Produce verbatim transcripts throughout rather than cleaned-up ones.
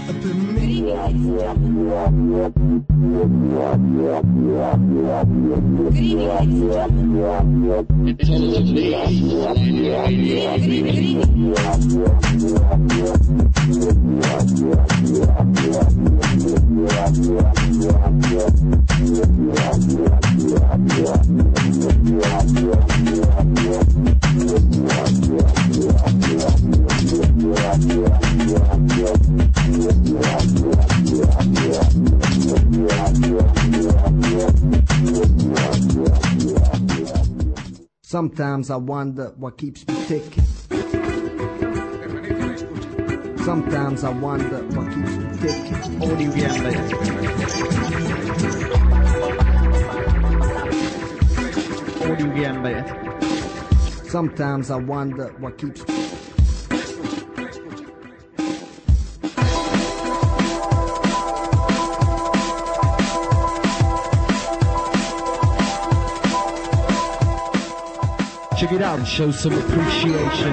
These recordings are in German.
Sometimes I wonder what keeps me ticking. Sometimes I wonder what keeps me ticking. Audio Gambler. Audio Gambler. Sometimes I wonder what keeps me Check it out and show some appreciation.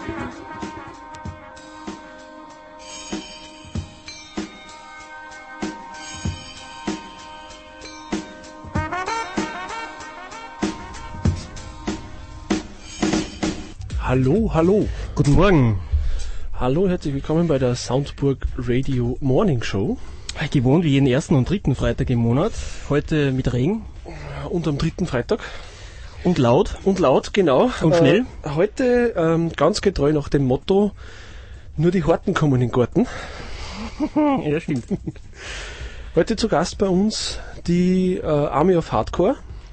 Hallo, hallo. Guten Morgen. Hallo, herzlich willkommen bei der Soundburg Radio Morning Show. Gewohnt wie jeden ersten und dritten Freitag im Monat. Heute mit Regen. Und am dritten Freitag. Und laut. Und laut, genau. Und schnell. Äh, heute ähm, ganz getreu nach dem Motto, nur die Harten kommen in den Garten. Ja, stimmt. Heute zu Gast bei uns die äh, Army of Hardcore,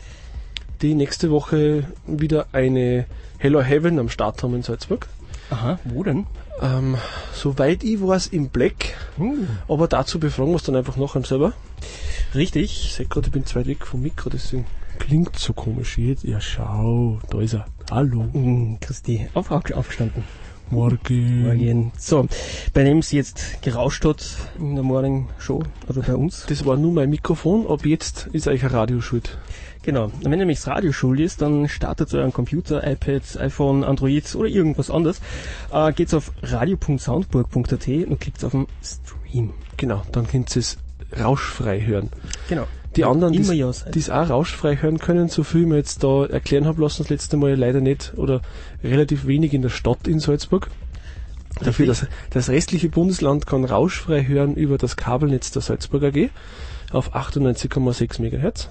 die nächste Woche wieder eine Hell or Heaven am Start haben in Salzburg. Aha, wo denn? Ähm, soweit ich weiß, im Black. Uh. Aber dazu befragen wir es dann einfach nachher selber. Richtig. Ich sehe gerade, ich bin zu weit weg vom Mikro, deswegen klingt so komisch jetzt. Ja, schau, da ist er. Hallo. Mm, Christi, auf, auf, aufgestanden. Morgen. Morgen. So, bei dem es jetzt gerauscht hat in der Morning Show, oder bei uns. Das war nur mein Mikrofon, ab jetzt ist eigentlich ein Radio schuld. Genau. Und wenn nämlich das Radio schuld ist, dann startet euren Computer, iPad, iPhone, Android oder irgendwas anderes. Äh, geht's auf radio punkt soundburg punkt at und klickt auf den Stream. Genau, dann könnt ihr es rauschfrei hören. Genau. Die anderen, immer die ja es auch rauschfrei hören können, so viel wir jetzt da erklären haben lassen, das letzte Mal leider nicht oder relativ wenig in der Stadt in Salzburg. Richtig. Dafür, dass das restliche Bundesland kann rauschfrei hören über das Kabelnetz der Salzburg A G auf achtundneunzig Komma sechs Megahertz.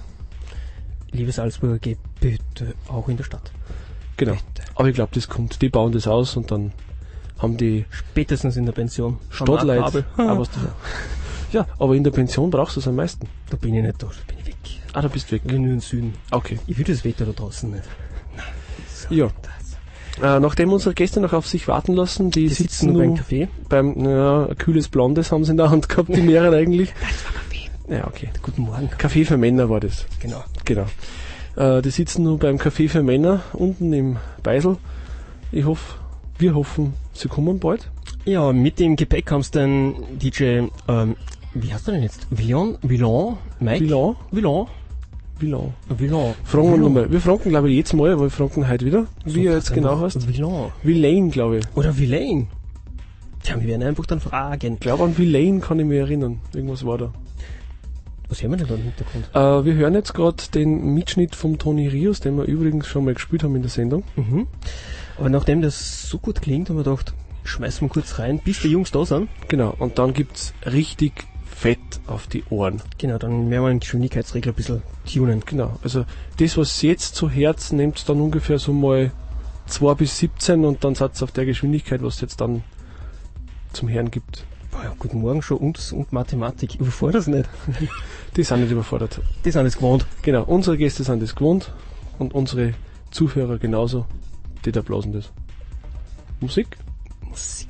Liebe Salzburger A G, bitte auch in der Stadt. Genau. Bitte. Aber ich glaube, das kommt. Die bauen das aus und dann haben die spätestens in der Pension Stadtleute auch was davon. Ja, aber in der Pension brauchst du es am meisten. Da bin ich nicht da, da bin ich weg. Ah, da bist du weg. Ich bin nur im Süden. Okay. Ich will das Wetter da draußen nicht. Nein. So, ja. Äh, nachdem unsere Gäste noch auf sich warten lassen, die, die sitzen, sitzen nur beim Kaffee. Beim, naja, ein kühles Blondes haben sie in der Hand gehabt, die mehreren eigentlich. Das war Kaffee. Ja, okay. Guten Morgen. Kaffee für Männer war das. Genau. Genau. Äh, die sitzen nur beim Kaffee für Männer unten im Beisel. Ich hoffe, wir hoffen, sie kommen bald. Ja, mit dem Gepäck haben sie dann D J, ähm, wie heißt der denn jetzt? Villon? Villon? Mike? Villon? Villon? Villon. Villon. Fragen wir nochmal. Wir fragen, glaube ich, jetzt mal, aber wir fragen heute wieder, wie so, er jetzt genau heißt. Villon. Villain, glaube ich. Oder Villain. Tja, wir werden einfach dann fragen. Ich glaube, an Villain kann ich mich erinnern. Irgendwas war da. Was hören wir denn da im Hintergrund? Äh, wir hören jetzt gerade den Mitschnitt vom Toni Rios, den wir übrigens schon mal gespielt haben in der Sendung. Mhm. Aber nachdem das so gut klingt, haben wir gedacht, schmeißen wir kurz rein, bis die Jungs da sind. Genau, und dann gibt's richtig Fett auf die Ohren. Genau, dann werden wir den Geschwindigkeitsregler ein bisschen tunen. Genau, also das, was jetzt zu Herz nehmt, dann ungefähr so mal zwei bis siebzehn und dann seid ihr auf der Geschwindigkeit, was es jetzt dann zum Hören gibt. Boah, ja, guten Morgen schon und, und Mathematik, überfordert das nicht. Die sind nicht überfordert. Die sind es gewohnt. Genau, unsere Gäste sind das gewohnt und unsere Zuhörer genauso, die da blasen das. Musik? Musik.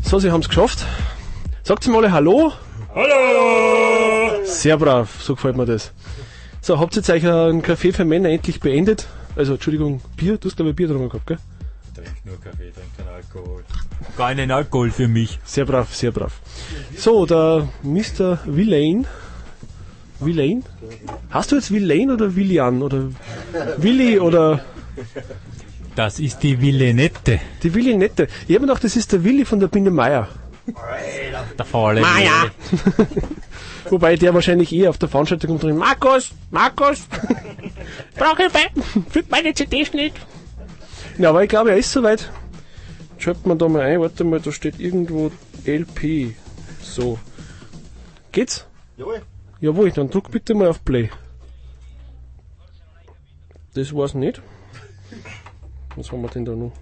So, Sie haben es geschafft. Sagt mal alle Hallo. Hallo! Sehr brav, so gefällt mir das. So, habt ihr jetzt euch einen Kaffee für Männer endlich beendet? Also, Entschuldigung, Bier? Du hast glaube ich Bier drin gehabt, gell? Ich trinke nur Kaffee, trinke keinen Alkohol. Keinen Alkohol für mich. Sehr brav, sehr brav. So, der Mister Villain. Villain? Hast du jetzt Villain oder Willian? Oder Willi oder... Das ist die Villenette. Die Villenette. Ich habe mir gedacht, das ist der Willi von der Biene Meier. Der faule Meier! Wobei der wahrscheinlich eher auf der Veranstaltung kommt drin. Markus! Markus! Brauche ich bei, für meine C Ds nicht. Ja, aber ich glaube, er ist soweit. Schreibt man da mal ein. Warte mal, da steht irgendwo L P. So. Geht's? Jawohl. Jawohl, dann druck bitte mal auf Play. Das war's nicht. Was haben wir denn da noch?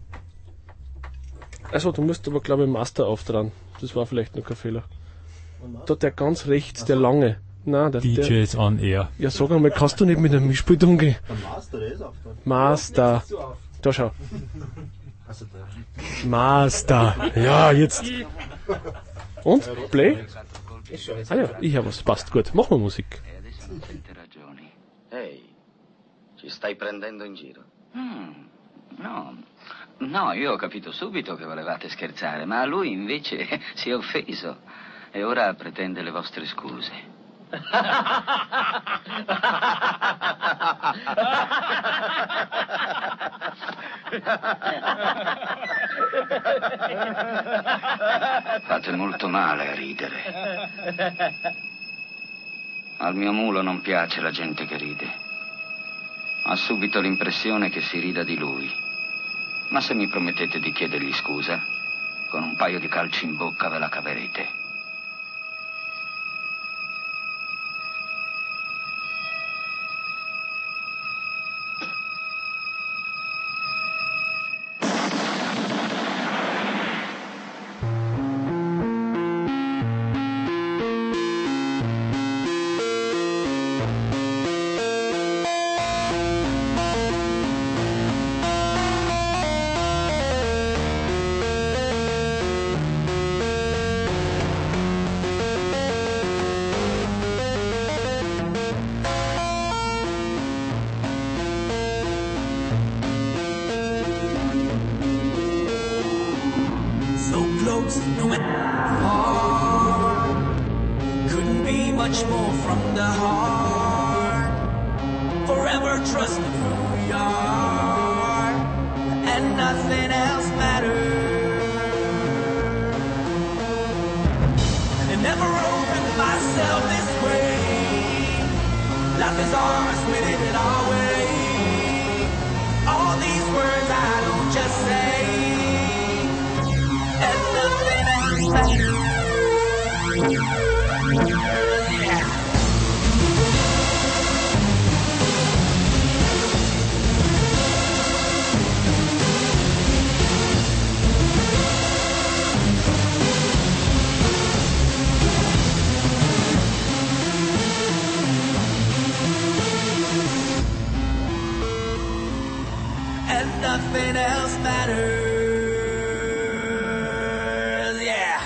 Also, du musst aber, glaube ich, Master auftragen. Das war vielleicht noch kein Fehler. Da der ganz rechts, der lange. Nein, der, D Js der, on air. ja, sag einmal, kannst du nicht mit einem Mischpult umgehen? Der Master, der ist auf. Master. Da schau. Master. Ja, jetzt. Und? Play? Ah ja, ich habe was. Passt gut. Machen wir Musik. E adesso non sente ragioni. Ehi, ci stai prendendo in giro? Hmm, no, no, io ho capito subito che volevate scherzare, ma lui invece si è offeso e ora pretende le vostre scuse. Fate molto male a ridere. Al mio mulo non piace la gente che ride. Ha subito l'impressione che si rida di lui. Ma se mi promettete di chiedergli scusa, con un paio di calci in bocca ve la caverete. Nothing else matters, yeah.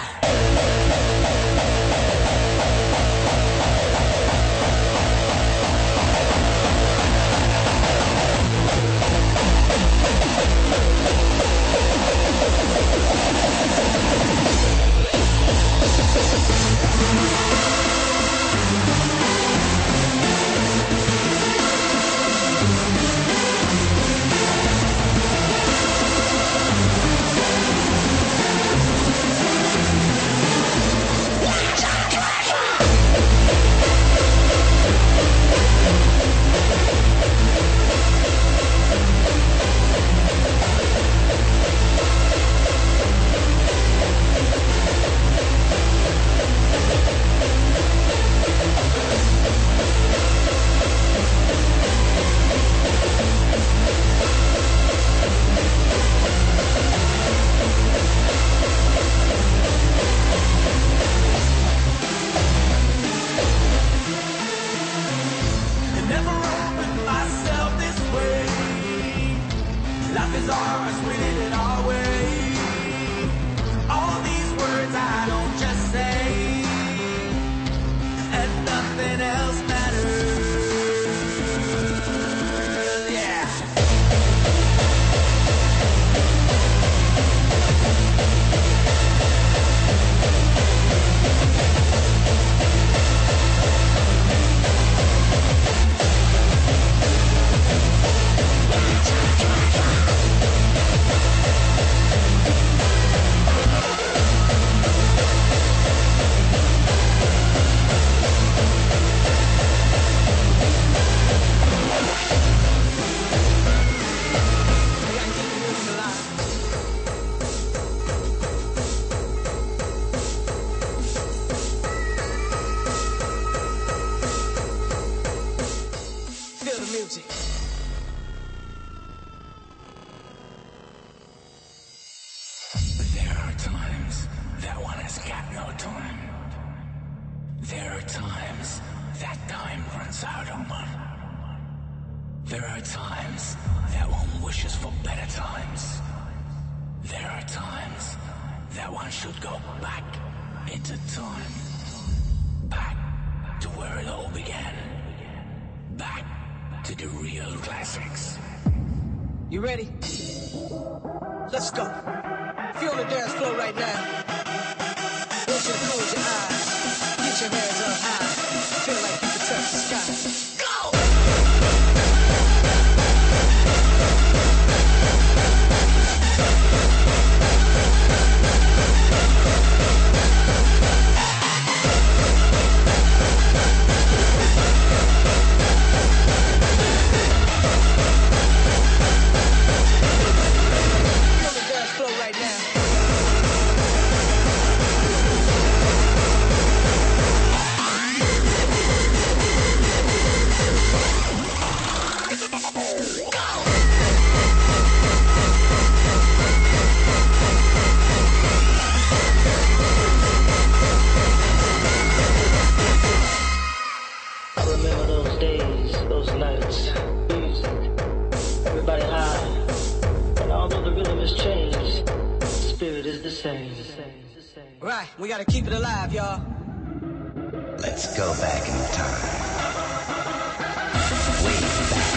that one has got no time. There are times that time runs out on one. There are times that one wishes for better times. There are times that one should go back into time. Back to where it all began. Back to the real classics. You ready? Let's go. Feel the dance floor right now. I want you to close your eyes. Get your hands up high. Feel like you can touch the sky. Go! Right, we gotta keep it alive, y'all. Let's go back in time. Way back.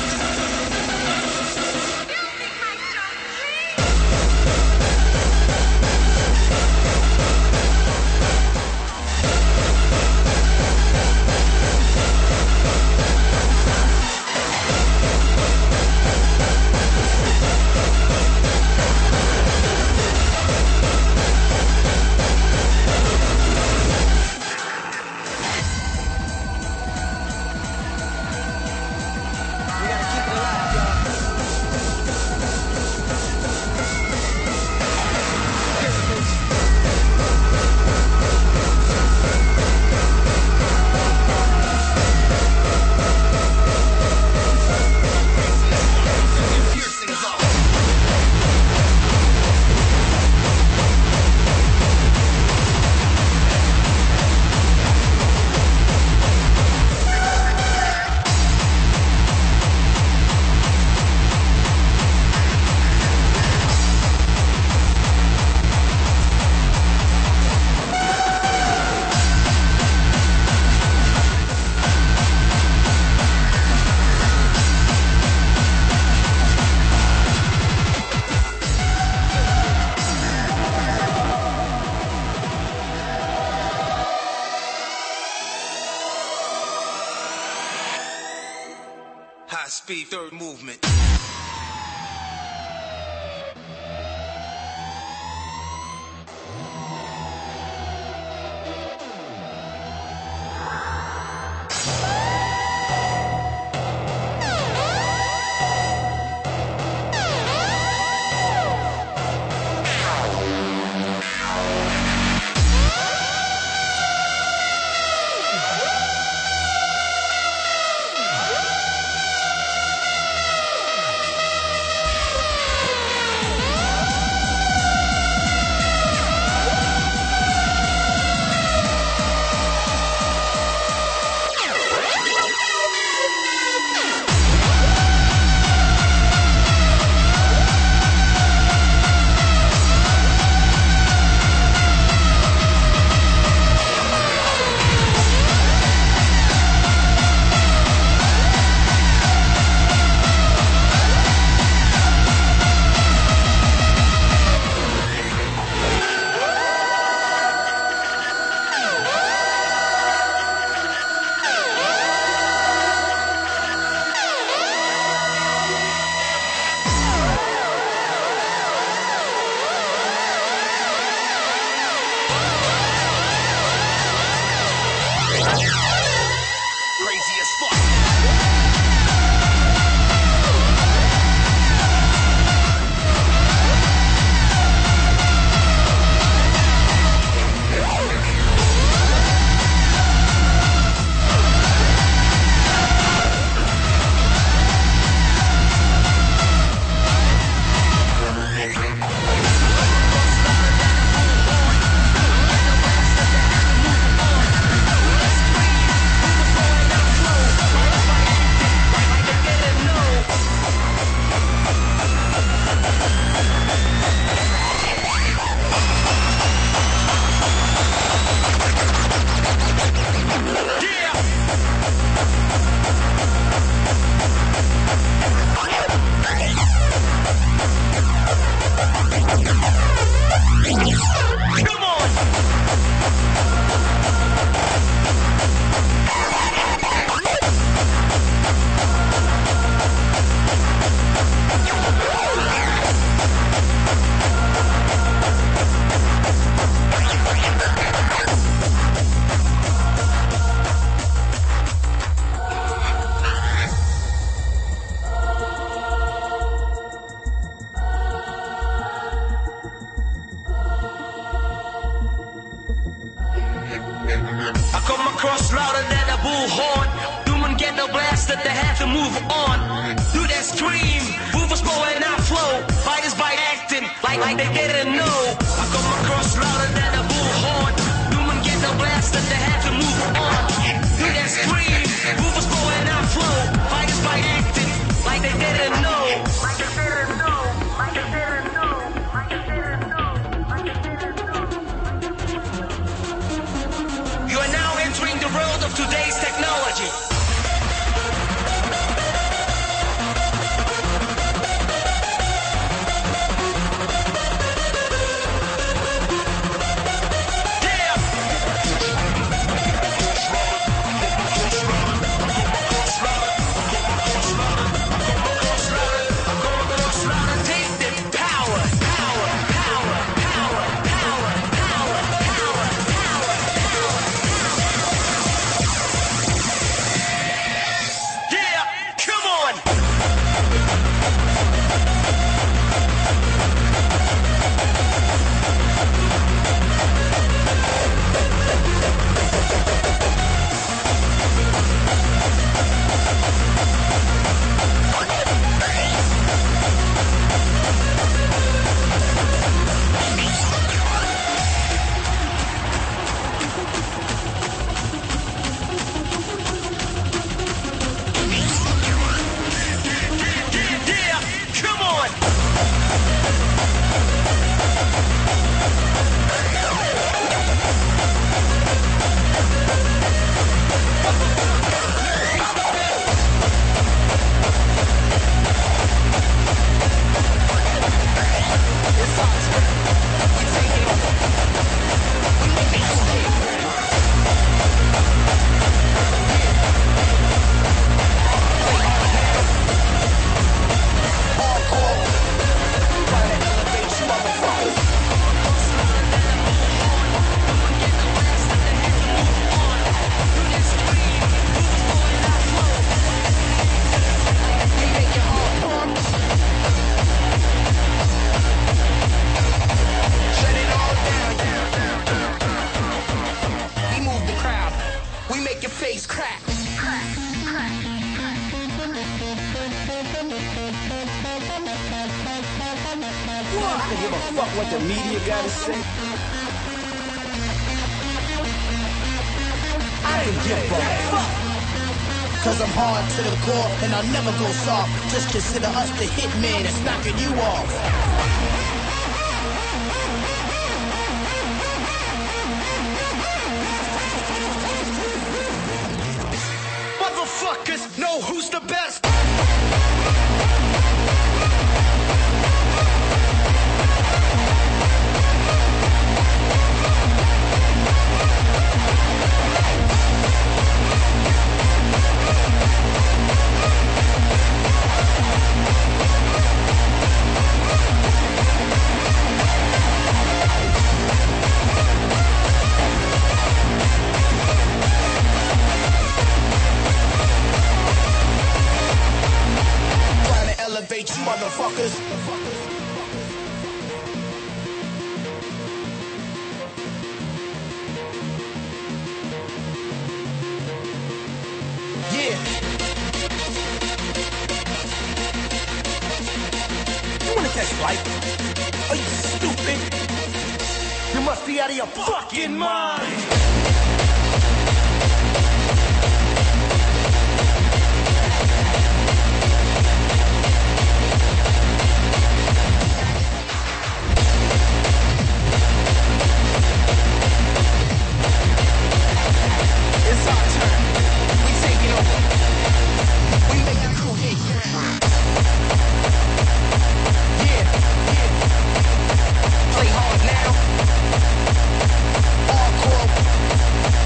Speed third movement. I come across louder than a bullhorn. Human get no blaster, they have to move on. Do that scream, move us flow and not flow. Fighters by acting like like they didn't know. I come across louder than a bullhorn. Human get no blaster, they have to move on. Do that scream, move us flow and not flow. Fighters by acting like they didn't know. Like they didn't know. Like they didn't know. Like they didn't know. Like they didn't know. You are now entering the world of today's technology. Just consider us the hitman that's knocking you off. Motherfuckers know who's the best. You motherfuckers. Yeah. You wanna test flight? Are you stupid? You must be out of your fucking mind. It's our turn. We take it over. We make the crew hit. Yeah, yeah. Play hard now. Hardcore.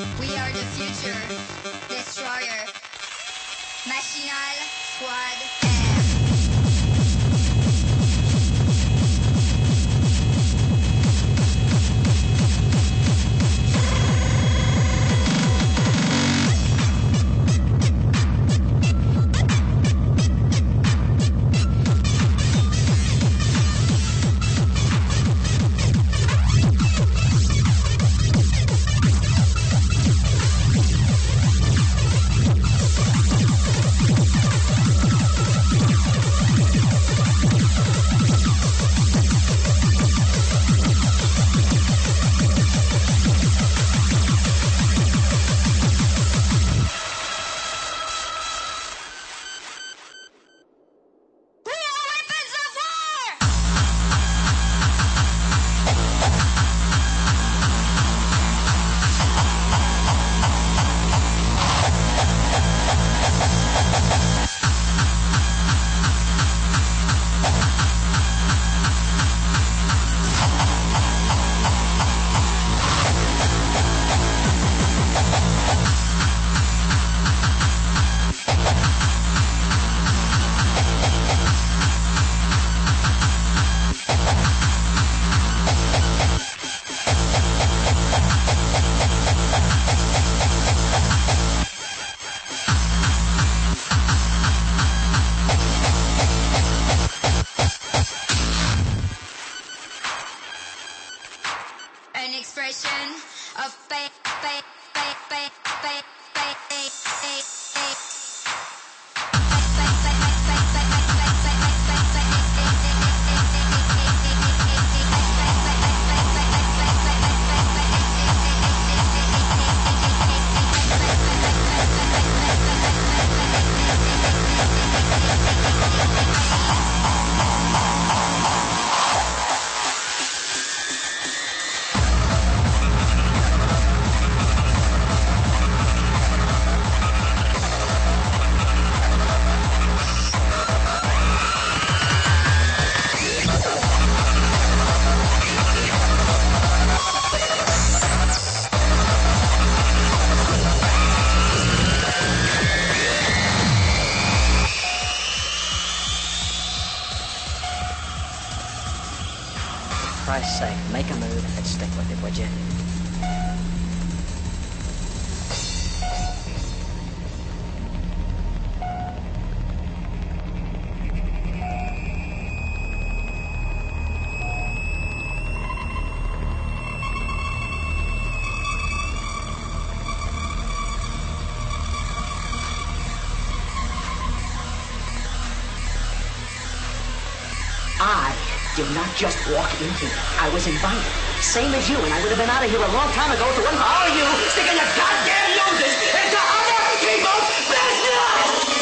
We are the future. Destroyer. Machinal Squad Air. Christ's sake, make a move and stick with it, would you? I did not just walk in here. I was invited. Same as you, and I would have been out of here a long time ago if it wasn't for all of you sticking your goddamn noses into other people's business!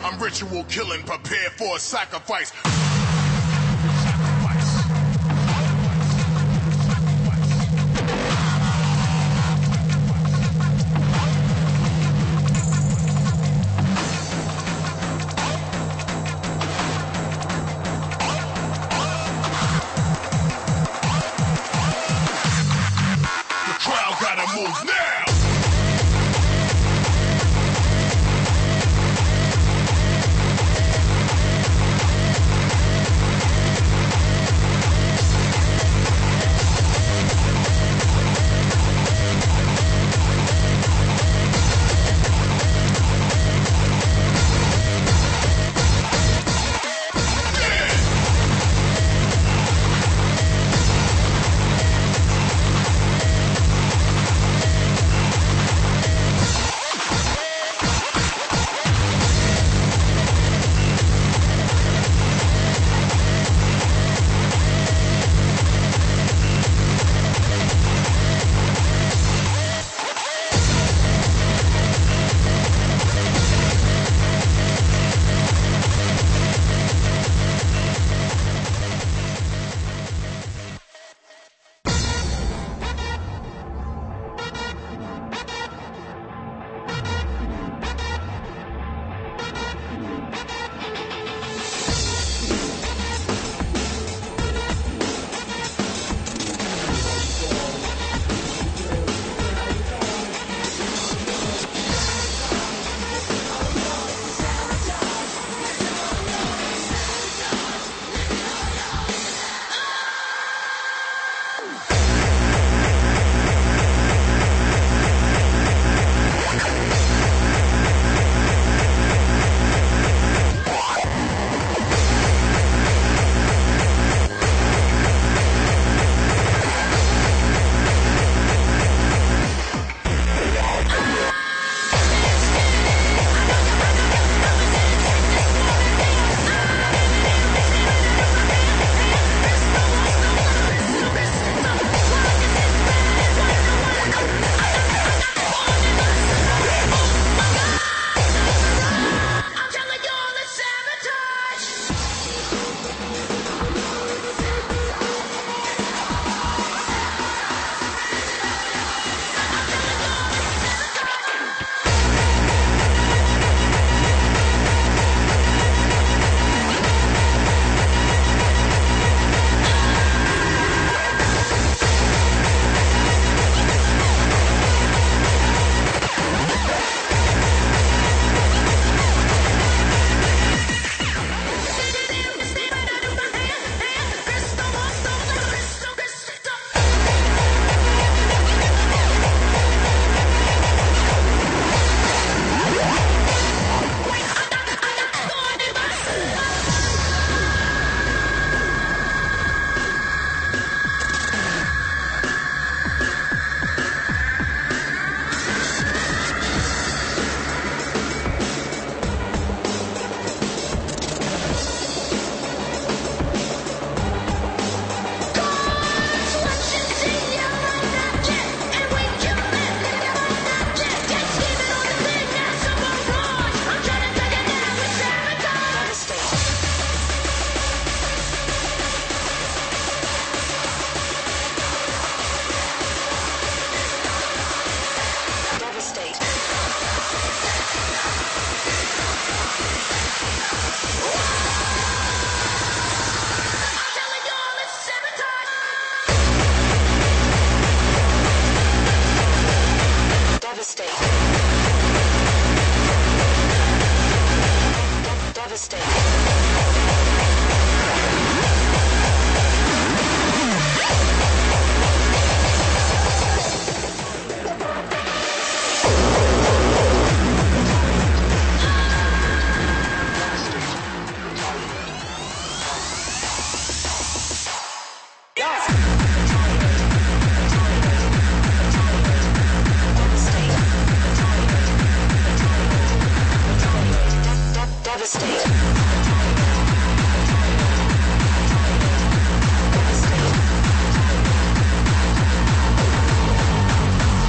I'm ritual killing, prepared for a sacrifice.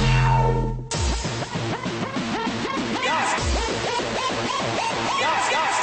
Yes, yes.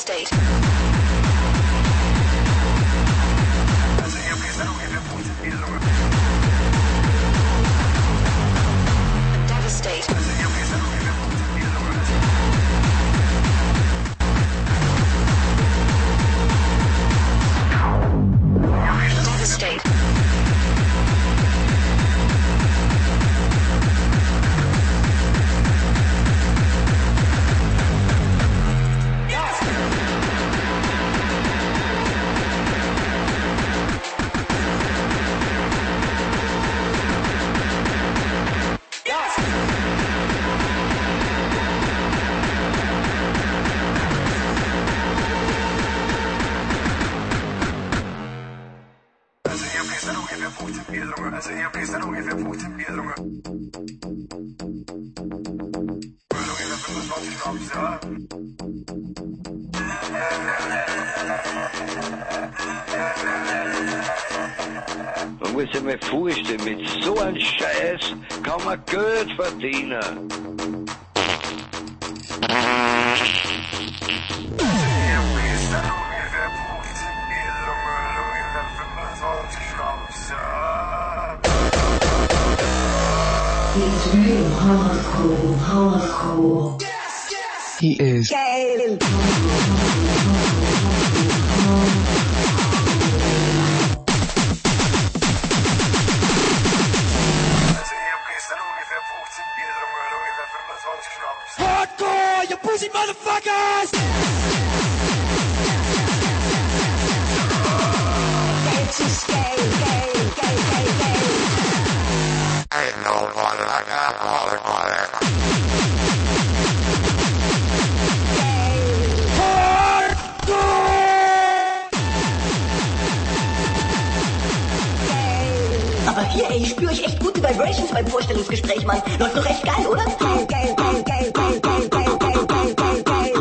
Devastate. Devastate. Devastate. Also hier bist du ungefähr fünfzehn Bier drüber. Ungefähr fünfundzwanzig Schnaps, ja. Man muss sich mal vorstellen, mit so einem Scheiß kann man Geld verdienen. It's real hardcore, hardcore. He is. Geil. Hardcore, you pussy motherfuckers! It's just gay, gay, gay, gay, gay. Ain't nobody like alcoholic money. Aber hier, ey, ich spüre ich echt gute Vibrations beim Vorstellungsgespräch, Mann. Läuft doch echt geil, oder? Geil, geil, geil, geil, geil, geil, geil, geil, geil, geil, geil,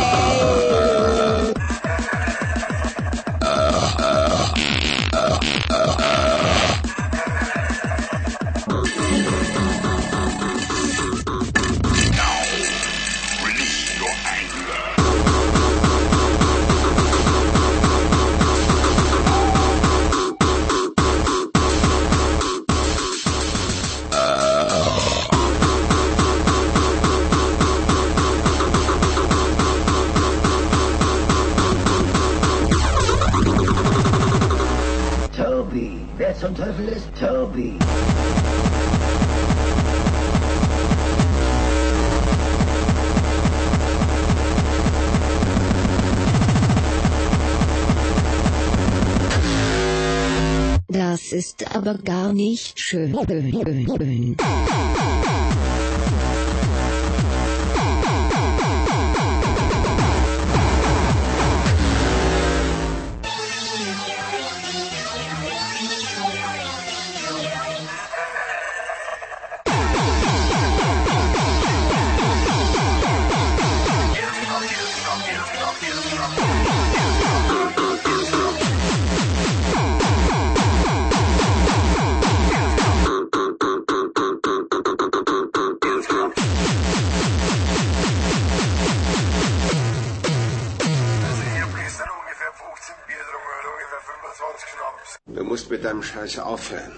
Toby. Wer zum Teufel ist Toby? Das ist aber gar nicht schön. Du musst mit deinem Scheiß aufhören.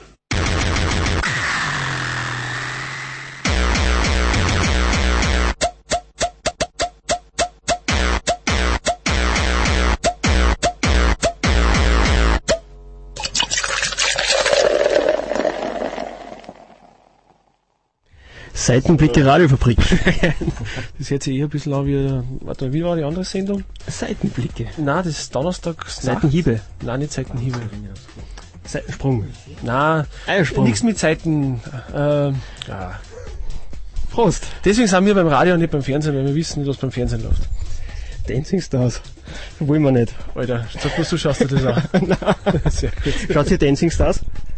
Seitenblicke Radiofabrik. Das hört sich eher ein bisschen an wie, warte mal, wie war die andere Sendung? Seitenblicke. Nein, das ist Donnerstag. Seitenhiebe. Nein, nicht Seitenhiebe. Seitensprung. Nein, Eiersprung. nichts mit Seiten. Äh, ja. Prost. Deswegen sind wir beim Radio und nicht beim Fernsehen, weil wir wissen nicht, was beim Fernsehen läuft. Dancing Stars. Wollen wir nicht. Alter, sag bloß, du schaust dir das an. Nein. Sehr gut. Schaut ihr Dancing Stars?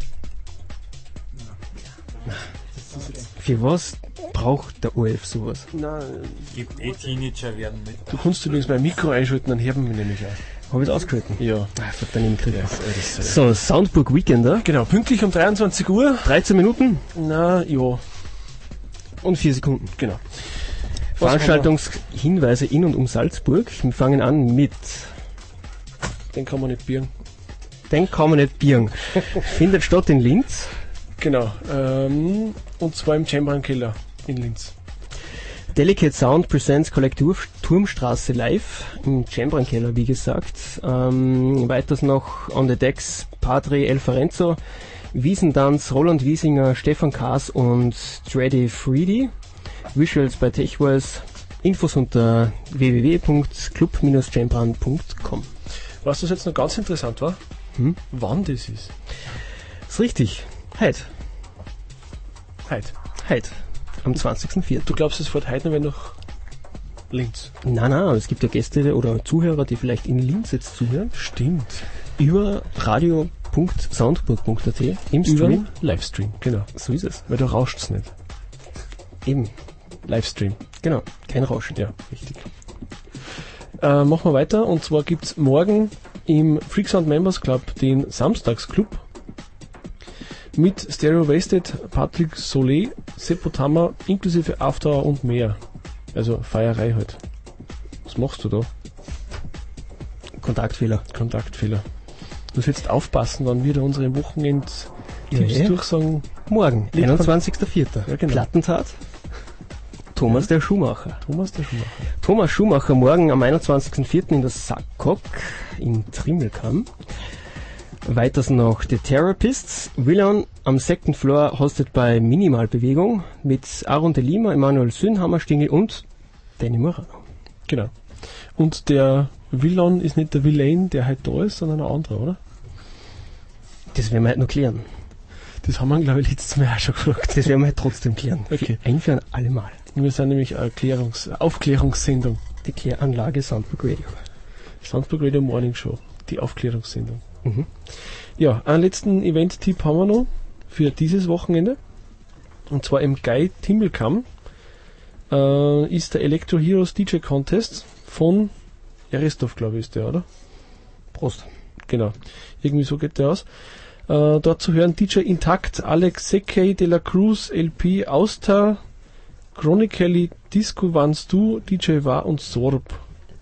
Für was braucht der O F sowas? Nein. Gibt eh Teenager werden mit. Du kannst übrigens mein Mikro einschalten, dann hören wir nämlich auch. Habe ich das ausgehalten? Ja. Ah, ich hab daneben gekriegt. Ja, so, Soundburg Weekender. Genau, pünktlich um dreiundzwanzig Uhr. dreizehn Minuten. Na, ja. Und vier Sekunden. Genau. Veranstaltungshinweise in und um Salzburg. Wir fangen an mit... Den kann man nicht bieren. Den kann man nicht bieren. Findet statt in Linz. Genau. Ähm, und zwar im Chamberan-Keller in Linz. Delicate Sound presents Kollektiv Turmstraße live im Chamberan-Keller, wie gesagt. Ähm, weiters noch on the decks Padre El Ferenzo, Wiesendanz, Roland Wiesinger, Stefan Kaas und Dreddy Freedy. Visuals bei TechWise. Infos unter w w w punkt club dash chamberan punkt com. Was das jetzt noch ganz interessant war, hm? wann das ist. Ist richtig. Heute. Heute. Heute. Am zwanzigsten vierten Du glaubst, es fährt heute noch nach Linz? Nein, nein, es gibt ja Gäste oder Zuhörer, die vielleicht in Linz jetzt zuhören. Stimmt. Über radio punkt soundburg punkt a t im Stream. Über Livestream, genau. So ist es. Weil da rauscht es nicht. Eben. Livestream. Genau, kein Rauschen. Ja, richtig. Äh, machen wir weiter, und zwar gibt es morgen im Freak Sound Members Club den Samstagsclub mit Stereo Wasted, Patrick Solé, Seppo Tammer, inklusive After und mehr. Also Feierei halt. Was machst du da? Kontaktfehler. Kontaktfehler. Du musst jetzt aufpassen, wann wir da unsere Wochenend ja, Tipps ja. durchsagen. Morgen, einundzwanzigsten vierten Ja, genau. Plattentat. Thomas der Schuhmacher. Thomas der Schuhmacher. Thomas Schuhmacher morgen am einundzwanzigsten vierten in der Sackkock in Trimmelkamm. Weiters noch The Therapists. Willon am Second Floor hostet bei Minimalbewegung mit Aaron de Lima, Emanuel Sünhammer, Stingel und Danny Morano. Genau. Und der Willon ist nicht der Villain, der halt da ist, sondern ein anderer, oder? Das werden wir heute noch klären. Das haben wir, glaube ich, letztes Mal auch schon gefragt. Das werden wir heute trotzdem klären. Okay. Ein für ein allemal. Wir sind nämlich eine Erklärungs- Aufklärungssendung. Die Kläranlage Soundburg Radio. Soundburg Radio Morning Show. Die Aufklärungssendung. Mhm. Ja, einen letzten Event-Tipp haben wir noch für dieses Wochenende. Und zwar im Guy Timmelkamm äh, ist der Electro Heroes D J Contest von Erisdorf, glaube ich, ist der, oder? Prost. Genau. Irgendwie so geht der aus. Äh, dort zu hören D J Intakt, Alex Sekei, De La Cruz, L P, Auster, Chronically, Disco Wans Du, D J War und Sorb.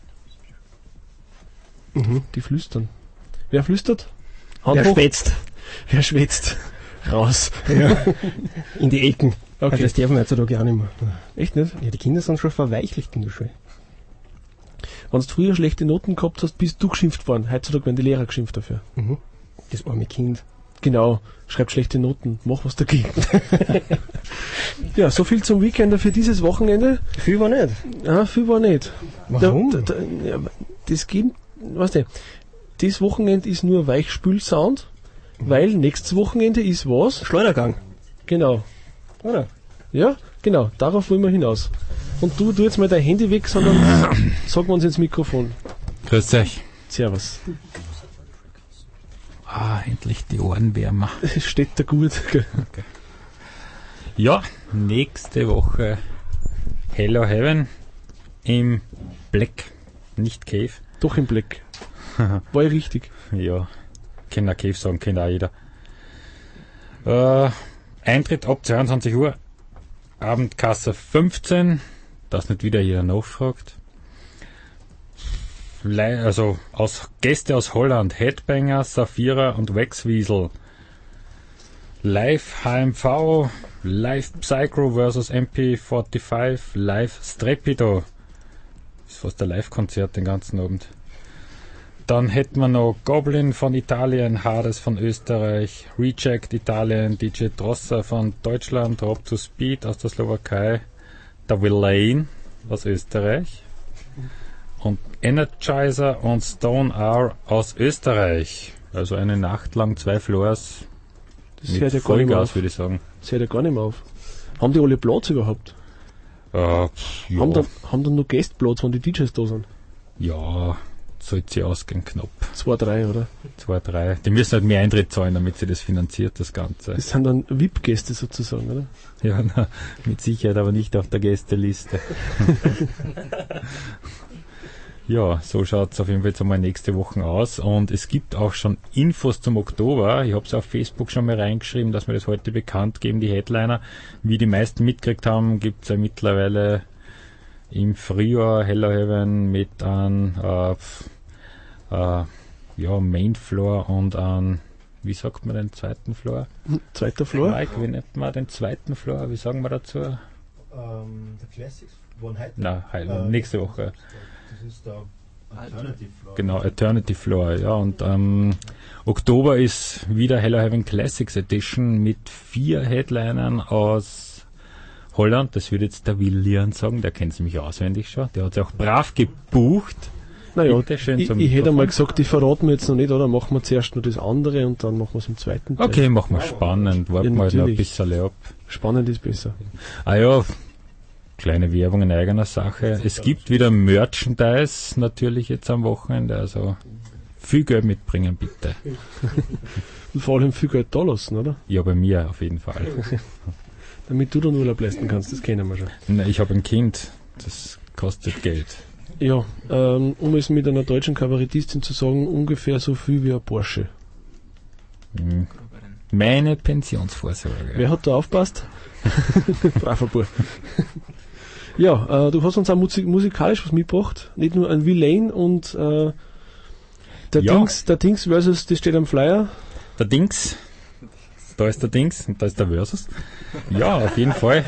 Mhm. Die flüstern. Wer flüstert? Hand Wer hoch. schwätzt? Wer schwätzt? Raus. Ja. In die Ecken. Okay. Also das dürfen wir jetzt auch gar nicht mehr. Echt nicht? Ja, die Kinder sind schon verweichlicht in der Schule. Wenn du früher schlechte Noten gehabt hast, bist du geschimpft worden. Heutzutage werden die Lehrer geschimpft dafür. Mhm. Das arme Kind. Genau. Schreibt schlechte Noten. Mach was dagegen. Ja, so viel zum Weekender für dieses Wochenende. Viel war nicht. Ja, viel war nicht. Warum? Da, da, ja, das geht, weißt du, das Wochenende ist nur Weichspülsound, mhm. weil nächstes Wochenende ist was? Schleudergang. Genau. Oder? Ja, genau. Darauf wollen wir hinaus. Und du, tu jetzt mal dein Handy weg, sondern sag uns ins Mikrofon. Grüß euch. Servus. Ah, endlich die Ohrenwärmer. Steht da gut. Okay. Ja, nächste Woche Hello Heaven im Black, nicht Cave. Doch im Black. War ja richtig. Ja, kann auch Cave sagen, kennt auch jeder. Äh, Eintritt ab zweiundzwanzig Uhr, Abendkasse fünfzehn, dass nicht wieder jeder nachfragt. Le- also aus Gäste aus Holland, Headbanger, Saphira und Waxweasel. Live H M V, Live Psycho versus M P fünfundvierzig, Live Strepido. Ist fast ein Live-Konzert den ganzen Abend. Dann hätten wir noch Goblin von Italien, Hades von Österreich, Reject Italien, D J Drosser von Deutschland, Rob to Speed aus der Slowakei, der Villain aus Österreich und Energizer und Stone R aus Österreich. Also eine Nacht lang zwei Floors. Das hört ja gar nicht mehr auf, würde ich sagen. Das hört ja gar nicht mehr auf. Haben die alle Platz überhaupt? Äh, ja. Haben dann, haben dann nur Gästplatz, wenn die D Js da sind? Ja, sollte sie ausgehen knapp. Zwei, drei, oder? Zwei, drei. Die müssen halt mehr Eintritt zahlen, damit sie das finanziert, das Ganze. Das sind dann V I P-Gäste sozusagen, oder? Ja, na, mit Sicherheit aber nicht auf der Gästeliste. Ja, so schaut es auf jeden Fall jetzt einmal nächste Woche aus. Und es gibt auch schon Infos zum Oktober. Ich habe es auf Facebook schon mal reingeschrieben, dass wir das heute bekannt geben, die Headliner. Wie die meisten mitgekriegt haben, gibt es ja mittlerweile im Frühjahr Hellhaven mit einem äh, äh, ja, Main Floor und einem, wie sagt man den zweiten Floor? Zweiter Floor? Mike, wie nennt man den zweiten Floor? Wie sagen wir dazu? Ähm, der Classics, wann heute? Nein, heute, Äh, nächste Woche. Das ist der Alternative Floor. Genau, Alternative Floor, ja. Und ähm, Oktober ist wieder Hellhaven Classics Edition mit vier Headlinern aus Holland. Das würde jetzt der Willian sagen, der kennt es nämlich auswendig schon. Der hat sich auch brav gebucht. Naja, Bitte schön ich, zum ich hätte Mikrofon. mal gesagt, die verraten wir jetzt noch nicht, oder? Machen wir zuerst nur das andere und dann machen wir es im zweiten Teil. Okay, machen wir spannend. Warten wir halt noch ein natürlich. bisschen ab. Spannend ist besser. Ah ja, kleine Werbung in eigener Sache. Es gibt wieder Merchandise natürlich jetzt am Wochenende, also viel Geld mitbringen bitte. Und vor allem viel Geld da lassen, oder? Ja, bei mir auf jeden Fall. Damit du dann Urlaub leisten kannst, das kennen wir schon. Na, ich habe ein Kind, das kostet Geld. Ja, ähm, um es mit einer deutschen Kabarettistin zu sagen, ungefähr so viel wie ein Porsche. Hm. Meine Pensionsvorsorge. Wer hat da aufpasst? Braver Bub. Ja, äh, du hast uns auch musik musikalisch was mitgebracht. Nicht nur ein Villain und äh, der, Ja. Dings, der Dings versus, das steht am Flyer. Der Dings, da ist der Dings und da ist der Versus. Ja, auf jeden Fall.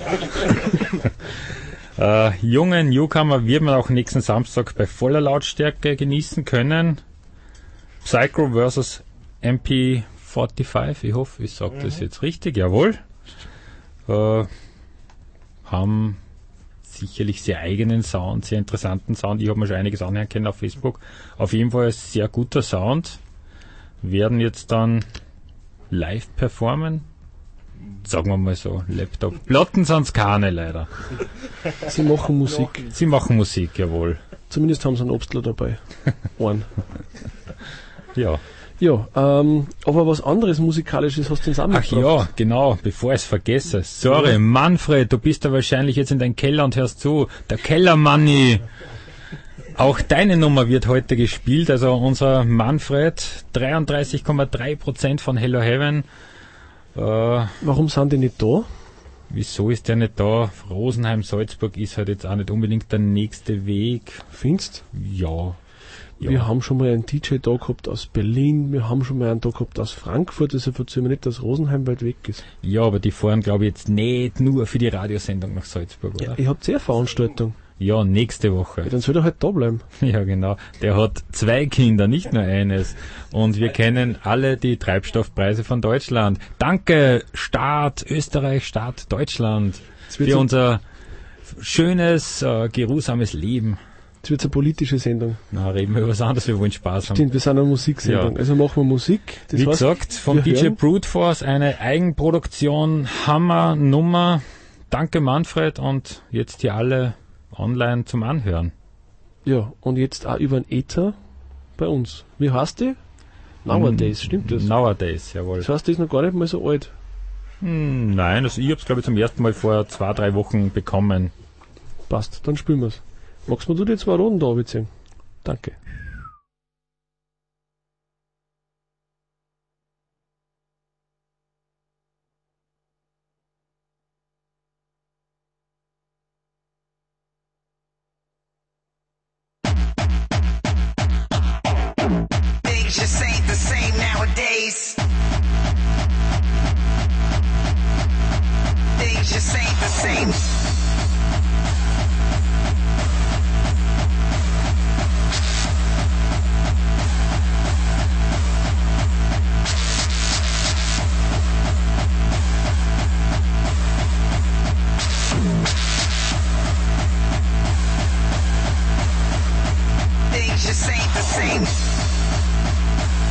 äh, junge Newcomer wird man auch nächsten Samstag bei voller Lautstärke genießen können. Psycho versus M P fünfundvierzig, ich hoffe, ich sage das jetzt richtig, jawohl. Äh, haben sicherlich sehr eigenen Sound, sehr interessanten Sound. Ich habe mir schon einiges anhören können auf Facebook. Auf jeden Fall ein sehr guter Sound. Werden jetzt dann live performen. Sagen wir mal so, Laptop. Platten sind's keine leider. Sie machen Musik. Sie machen Musik, jawohl. Zumindest haben sie einen Obstler dabei. Einen. Ja. Ja, ähm, aber was anderes Musikalisches hast du uns auch Ach mitgebracht. ja, genau, bevor ich es vergesse. Sorry, Ja. Manfred, du bist da wahrscheinlich jetzt in deinem Keller und hörst zu. Der Kellermanni. Auch deine Nummer wird heute gespielt. Also unser Manfred, dreiunddreißig Komma drei Prozent von Hello Heaven. Äh, Warum sind die nicht da? Wieso ist der nicht da? Rosenheim, Salzburg ist halt jetzt auch nicht unbedingt der nächste Weg. Findest Ja. Ja. Wir haben schon mal einen D J da gehabt aus Berlin, wir haben schon mal einen da gehabt aus Frankfurt, deshalb erzählen wir nicht, dass Rosenheim weit weg ist. Ja, aber die fahren, glaube ich, jetzt nicht nur für die Radiosendung nach Salzburg, oder? Ja, ihr habt sehr Veranstaltung. Ja, nächste Woche. Ja, dann soll er halt da bleiben. Ja, genau. Der hat zwei Kinder, nicht nur eines. Und wir kennen alle die Treibstoffpreise von Deutschland. Danke, Staat Österreich, Staat Deutschland, Jetzt wird's für ein- unser schönes, äh, geruhsames Leben. Jetzt wird es eine politische Sendung. Na, reden wir über was anderes, wir wollen Spaß haben. Stimmt, wir sind eine Musiksendung. Ja. Also machen wir Musik. Das Wie heißt, gesagt, vom wir D J hören- Brute Force eine Eigenproduktion, Hammer Nummer. Danke Manfred und jetzt hier alle online zum Anhören. Ja, und jetzt auch über den Ether bei uns. Wie heißt die? Nowadays, stimmt das? Nowadays, jawohl. Das heißt, die ist noch gar nicht mal so alt. Hm, nein, also ich habe es glaube ich zum ersten Mal vor zwei, drei Wochen bekommen. Passt, dann spielen wir's. Magst du mir die zwei Runden da beziehen? Danke. Things just ain't the same nowadays. Things just ain't the same. Things just ain't the same.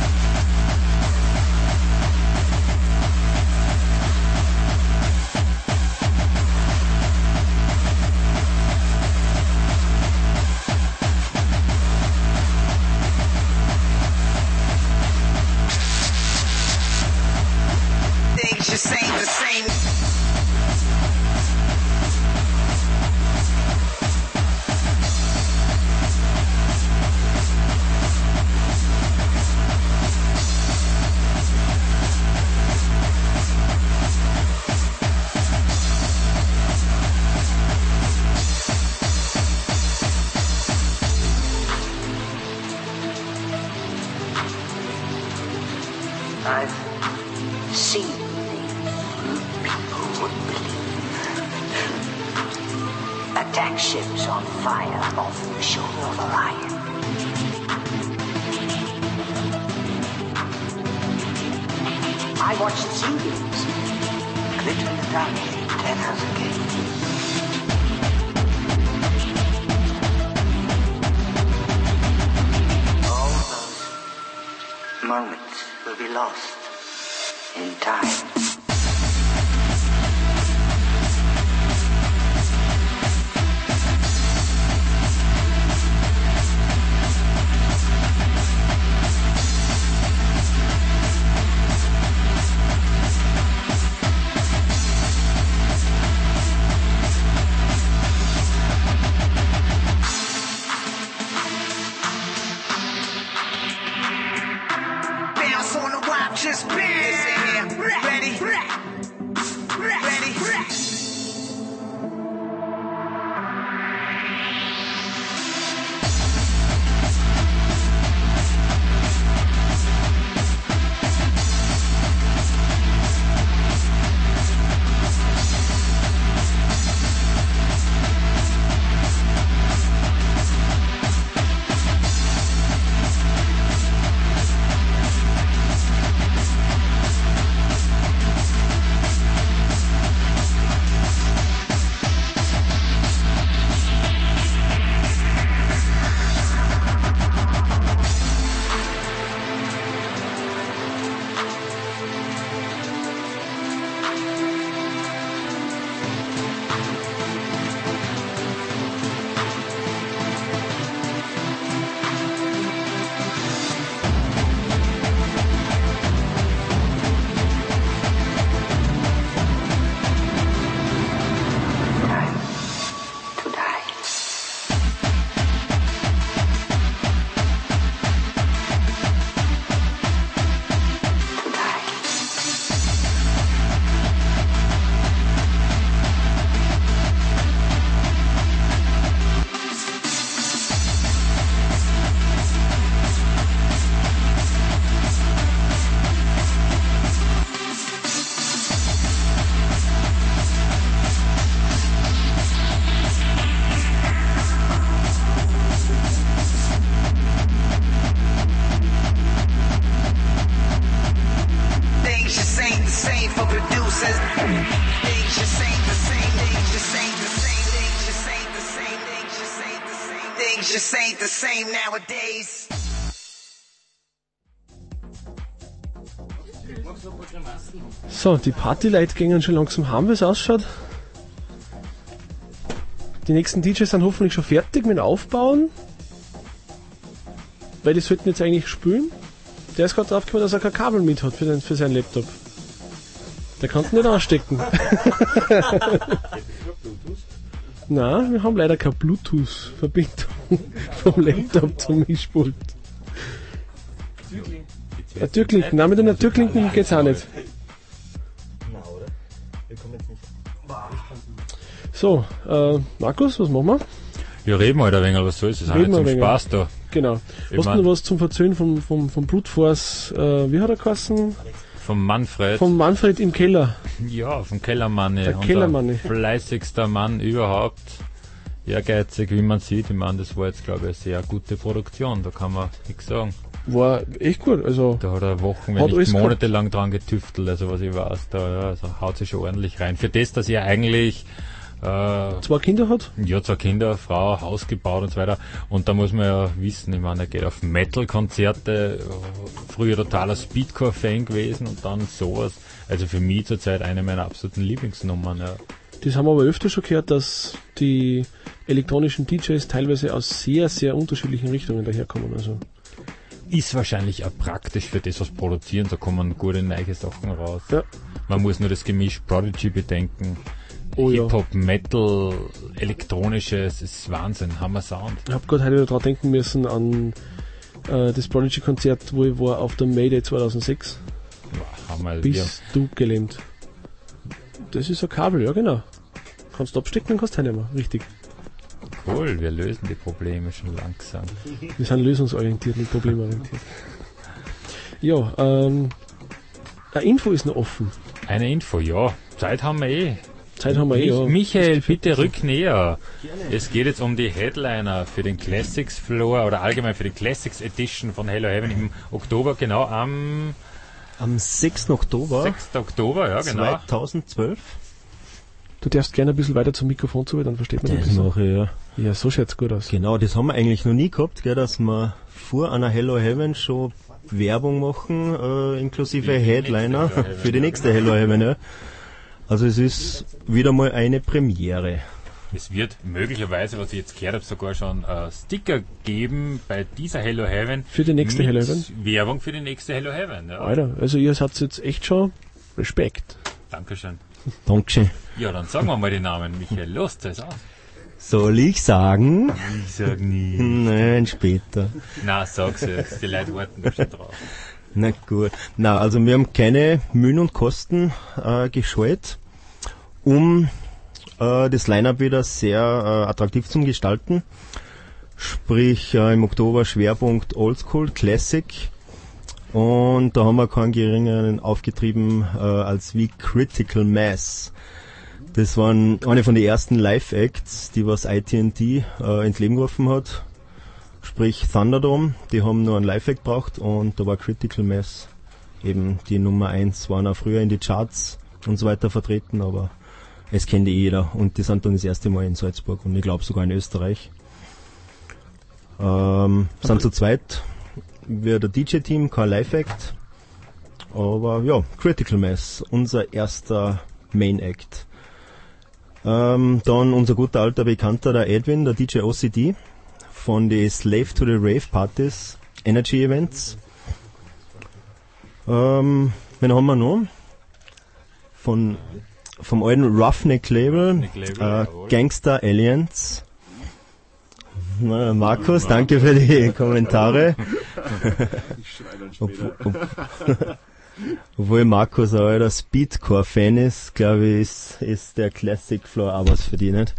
I've seen things people would believe. Attack ships on fire off the shoulder of Orion. I watched the sea games glitter in the dark ten hours a game. All those moments will be lost in time. Just be ready, ready. Just ain't the same nowadays. So, die Partyleute gehen schon langsam heim, wie es ausschaut. Die nächsten D Js sind hoffentlich schon fertig mit dem Aufbauen. Weil die sollten jetzt eigentlich spielen. Der ist gerade draufgekommen, dass er kein Kabel mit hat für, den, für seinen Laptop. Der kann es nicht anstecken. Nein, wir haben leider keine Bluetooth-Verbindung vom Laptop zum Mischpult. Eine Türklinken. Nein, mit einer Türklinken geht's auch nicht. So, äh, Markus, was machen wir? Ja, reden wir halt ein wenig, was soll es? Das ist auch nicht zum Spaß da. Genau. Ich Hast du mein, noch was zum Verzöhnen vom, vom, vom Brute Force, äh, wie hat er geheißen? Vom Manfred. Vom Manfred im Keller. Ja, vom Kellermann. Der Kellermann. Fleißigster Mann überhaupt. Ehrgeizig, wie man sieht. Ich meine, das war jetzt, glaube ich, eine sehr gute Produktion. Da kann man nichts sagen. War echt gut. Also da hat er Wochen, wenn nicht monatelang dran getüftelt, also was ich weiß. Da ja, also haut sich schon ordentlich rein. Für das, dass er eigentlich Äh, zwei Kinder hat? Ja, zwei Kinder, Frau, Haus gebaut und so weiter. Und da muss man ja wissen, ich meine, er geht auf Metal-Konzerte, früher totaler Speedcore-Fan gewesen und dann sowas. Also für mich zurzeit eine meiner absoluten Lieblingsnummern. Ja. Das haben wir aber öfter schon gehört, dass die elektronischen D Js teilweise aus sehr, sehr unterschiedlichen Richtungen daherkommen. Also ist wahrscheinlich auch praktisch für das, was produzieren. Da kommen gute neue Sachen raus. Ja. Man muss nur das Gemisch Prodigy bedenken. Oh, Hip-Hop, ja. Metal, elektronisches, ist Wahnsinn, Hammer Sound. Ich habe gerade heute dran denken müssen an äh, das Prodigy-Konzert, wo ich war auf der Mayday zweitausendsechs. Ja, Hammer. Bist ja. du gelähmt. Das ist ein Kabel, ja genau. Kannst du abstecken, dann kannst du reinnehmen, richtig. Cool, wir lösen die Probleme schon langsam. Wir sind lösungsorientiert, nicht problemorientiert. Ja, ähm, Eine Info ist noch offen. Eine Info, ja. Zeit haben wir eh. Zeit haben wir eh, ja. Michael, bitte rück näher. Es geht jetzt um die Headliner für den Classics Floor oder allgemein für die Classics Edition von Hello Heaven im Oktober, genau am... Am sechsten Oktober. sechsten Oktober, ja, genau. zweitausendzwölf. Du darfst gerne ein bisschen weiter zum Mikrofon zu, weil dann versteht man das besser. Mache ich, ja. Ja, so schaut's gut aus. Genau, das haben wir eigentlich noch nie gehabt, gell, dass wir vor einer Hello Heaven schon Werbung machen, äh, inklusive Für die Headliner nächste Hello Heaven, für die nächste Hello Heaven. Ja. Also es ist wieder mal eine Premiere. Es wird möglicherweise, was ich jetzt gehört habe, sogar schon äh, Sticker geben bei dieser Hello Heaven. Für die nächste mit Hello Heaven? Werbung für die nächste Hello Heaven. Ja. Alter, also ihr seid jetzt echt schon Respekt. Dankeschön. Dankeschön. Ja, dann sagen wir mal die Namen. Michael, los, das aus. Soll ich sagen? Ich sag nie. Nein, später. Na, sag's jetzt. Die Leute warten da schon drauf. Na gut. Na, also wir haben keine Mühen und Kosten äh, gescheut, um äh, das Line-Up wieder sehr äh, attraktiv zu gestalten. Sprich, äh, im Oktober Schwerpunkt Oldschool, Classic. Und da haben wir keinen geringeren aufgetrieben äh, als wie Critical Mass. Das waren eine von den ersten Live-Acts, die was I T and T äh, ins Leben gerufen hat. Sprich Thunderdome, die haben nur einen Live-Act gebraucht und da war Critical Mass eben die Nummer eins, waren auch früher in die Charts und so weiter vertreten, aber es kennt eh jeder und die sind dann das erste Mal in Salzburg und ich glaube sogar in Österreich. Ähm, sind zu zweit. Wir der D J-Team, kein Live-Act, aber ja, Critical Mass, unser erster Main-Act. Ähm, dann unser guter alter Bekannter, der Edwin, der D J O C D, von den Slave to the Rave Partys, Energy Events. Ähm, wen haben wir noch? Von, vom alten Roughneck Label, äh, Gangster Aliens. Na, Markus, danke für die Kommentare. ob, ob, obwohl Markus ein alter Speedcore-Fan ist, glaube ich, ist, ist der Classic Floor auch was für die, nicht?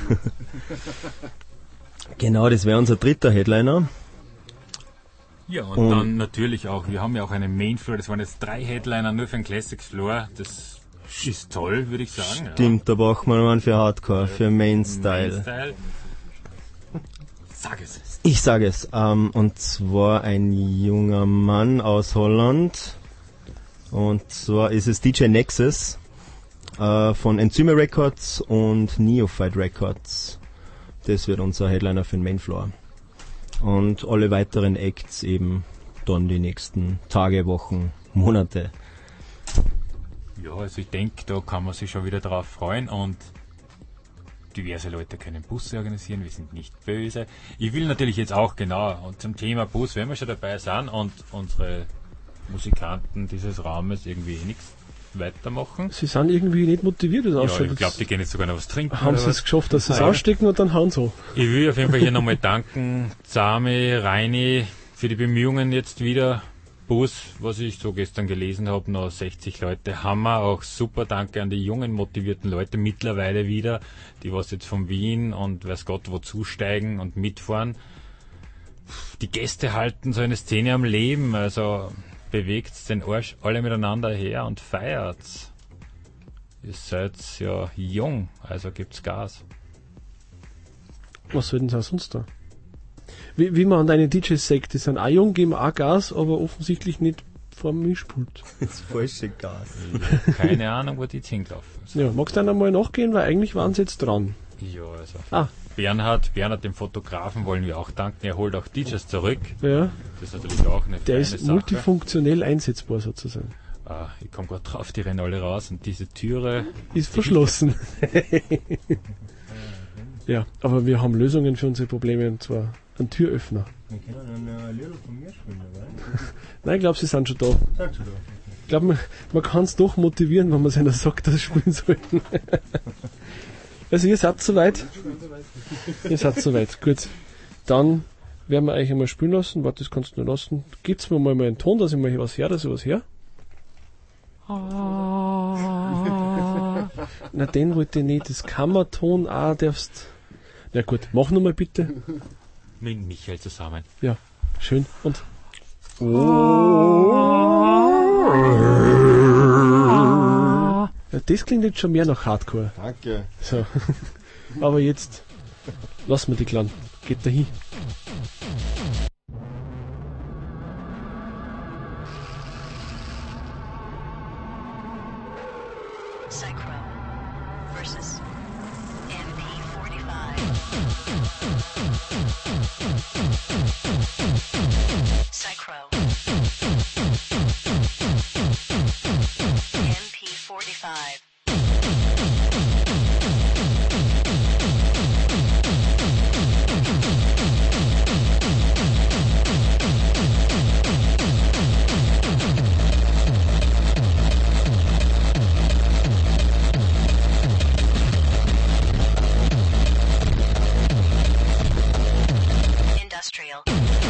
Genau, das wäre unser dritter Headliner. Ja, und, und dann natürlich auch, wir haben ja auch einen Main Floor, das waren jetzt drei Headliner nur für den Classic Floor, das ist toll, würde ich sagen. Stimmt, ja. Da braucht man einen für Hardcore, für Main Style. Main Style. Sag es. Ich sage es. Ähm, und zwar ein junger Mann aus Holland. Und zwar ist es D J Nexus äh, von Enzyme Records und Neophyte Records. Das wird unser Headliner für den Mainfloor. Und alle weiteren Acts eben dann die nächsten Tage, Wochen, Monate. Ja, also ich denke, da kann man sich schon wieder drauf freuen und diverse Leute können Busse organisieren, wir sind nicht böse. Ich will natürlich jetzt auch genau und zum Thema Bus, wenn wir schon dabei sind und unsere Musikanten dieses Raumes irgendwie eh nichts weitermachen. Sie sind irgendwie nicht motiviert, das ausschaut. Ja, ich glaube, die gehen jetzt sogar noch was trinken. Haben sie es geschafft, dass sie es ausstecken und dann hauen so. Ich will auf jeden Fall hier nochmal danken, Sami, Reini, für die Bemühungen jetzt wieder. Bus, was ich so gestern gelesen habe, noch sechzig Leute, Hammer, auch super, danke an die jungen, motivierten Leute mittlerweile wieder, die was jetzt von Wien und weiß Gott wo zusteigen und mitfahren. Die Gäste halten so eine Szene am Leben, also bewegt den Arsch alle miteinander her und feiert's. Ihr seid ja jung, also gibt's Gas. Was soll denn das sonst da? Wie, wie man an deine D Js sagt, die sind auch jung, geben auch Gas, aber offensichtlich nicht vor dem Mischpult. Das falsche Gas. Keine Ahnung, wo die jetzt hingelaufen sind. Ja, magst du dann einmal nachgehen, weil eigentlich waren sie jetzt dran. Ja, also. Ah. Bernhard, Bernhard, dem Fotografen, wollen wir auch danken. Er holt auch D Js zurück. Ja. Das ist natürlich auch eine Der ist Sache. Multifunktionell einsetzbar sozusagen. Ah, ich komme gerade drauf, die rennen alle raus und diese Türe ist verschlossen. Ja, aber wir haben Lösungen für unsere Probleme und zwar einen Türöffner. Wir können ein Lied von mir spielen, oder? Nein, ich glaube, sie sind schon da. Sind schon da. Ich glaube, man, man kann es doch motivieren, wenn man seiner sagt, dass sie spielen sollen. Also ihr seid soweit? Ihr seid soweit, gut. Dann werden wir euch einmal spielen lassen. Warte, das kannst du nur lassen. Gibt's mir mal einen Ton, dass ich mal hier was her, dass ich was her? Na, den wollte ich nicht. Das Kammerton auch darfst. Na gut, mach nochmal bitte. Mit Michael zusammen. Ja, schön. Und. Oh. das klingt jetzt schon mehr nach Hardcore. Danke. So. Aber jetzt lassen wir die Kleinen. Geht da hin. Psychro versus M P forty-five. Psychro. M P forty-five. Industrial.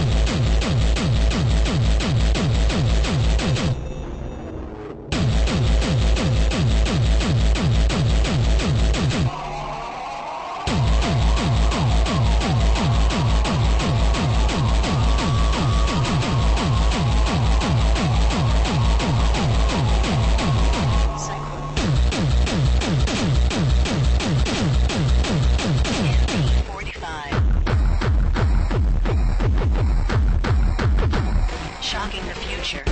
Shocking the future.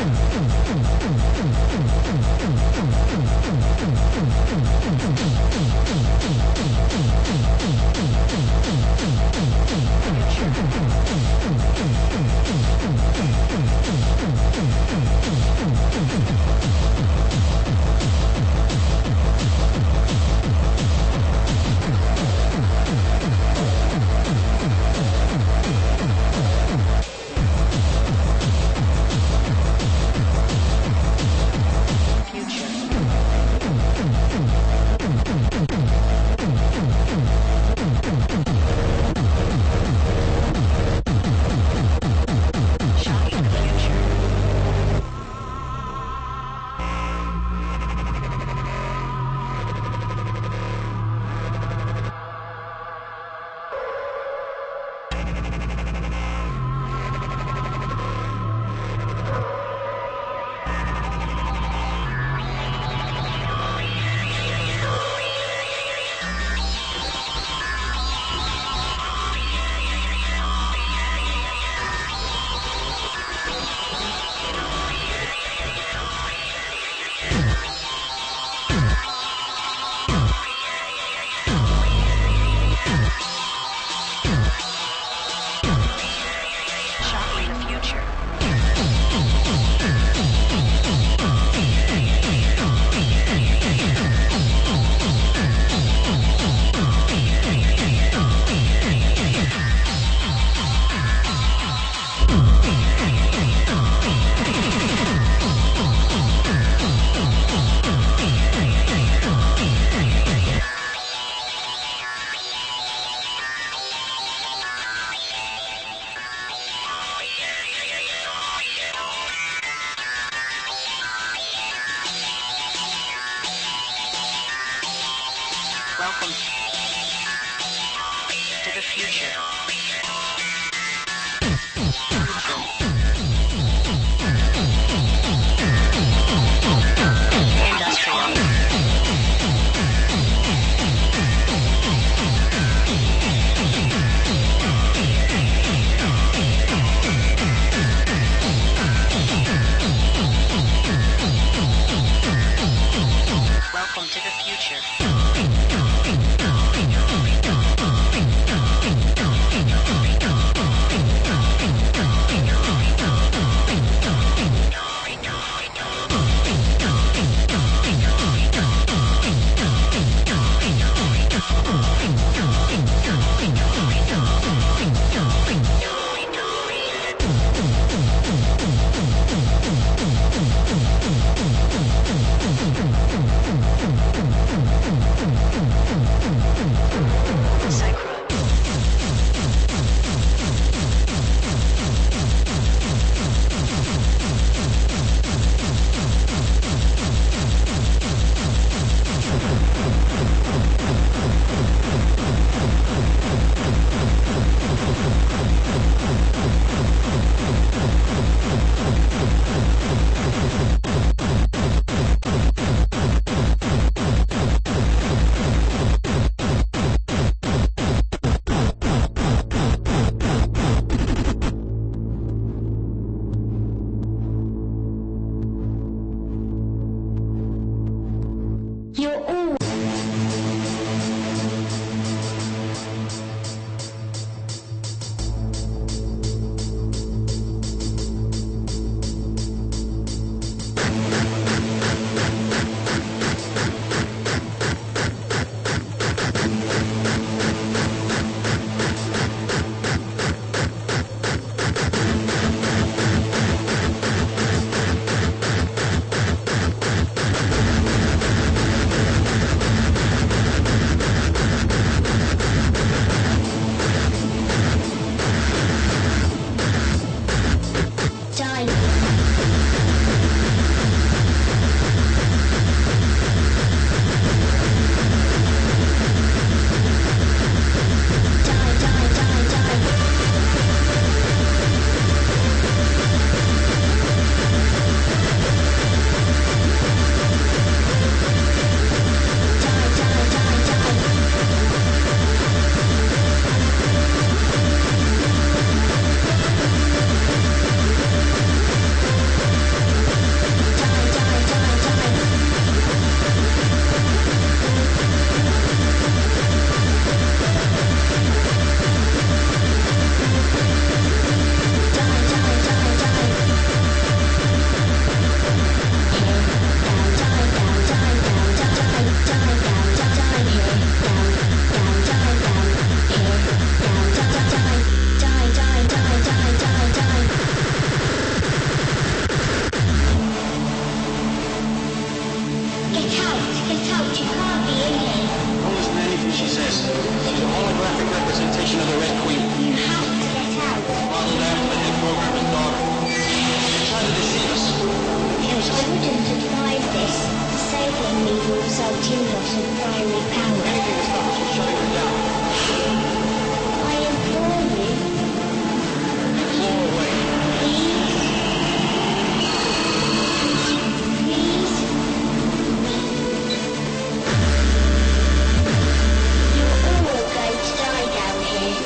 Welcome to the future. Welcome to the future. been told you can't be in here. Don't listen to anything she says. She's a holographic representation of the Red Queen. You have to get out. Father there for the head programmer's daughter. They're trying to deceive us. Confuse us. I wouldn't advise this. Disabling me will result in loss of primary power. Anything to stop us from shutting her down. I implore you. Blow away. Please. Please. You're all going to die down here.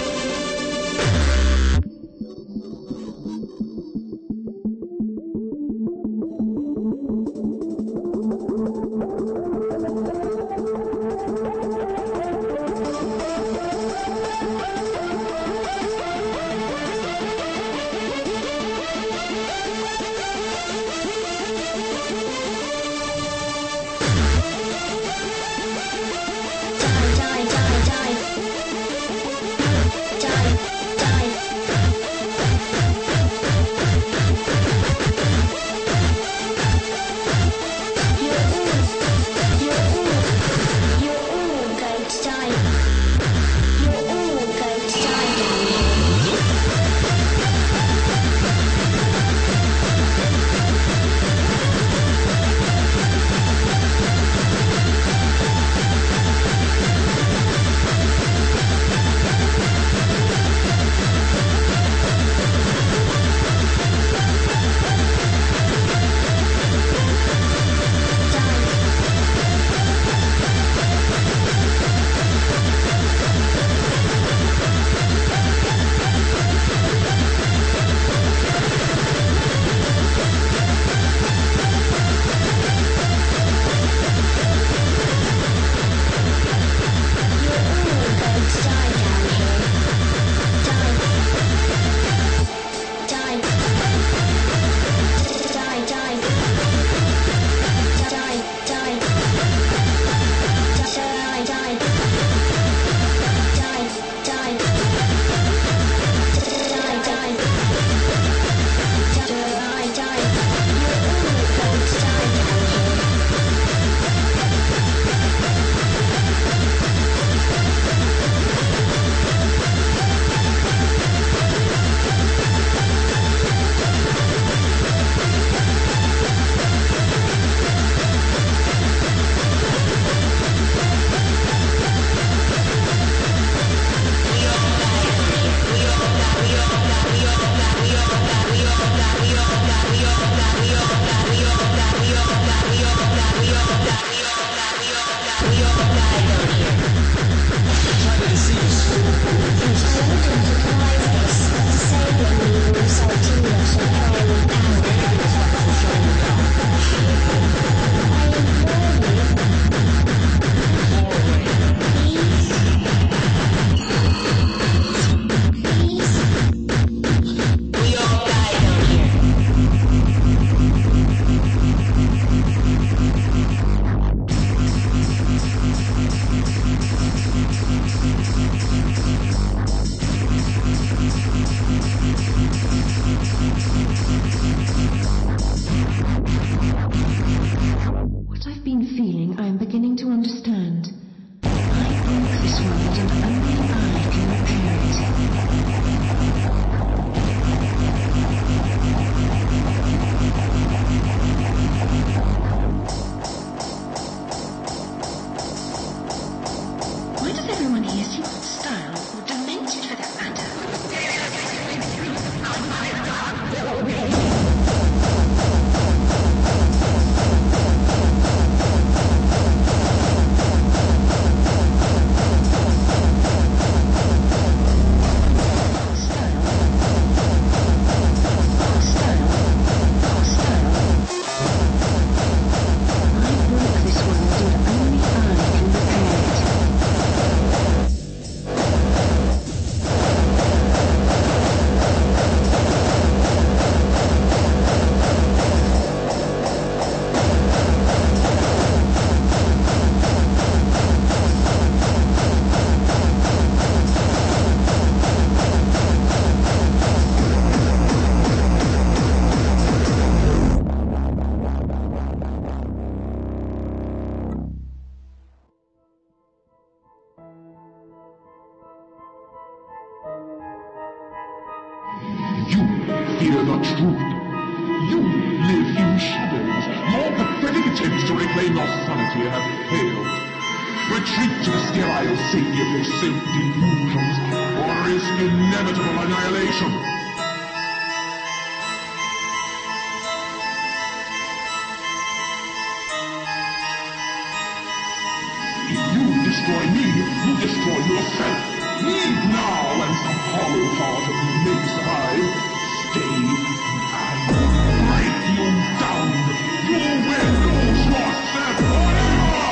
plain authority have failed. Retreat to the sterile safety of your silk delusions, or risk inevitable annihilation. If you destroy me, you destroy yourself. Leave now, and some hollow part of you may survive. Stay, and I will break you down. You will lose yourself forever!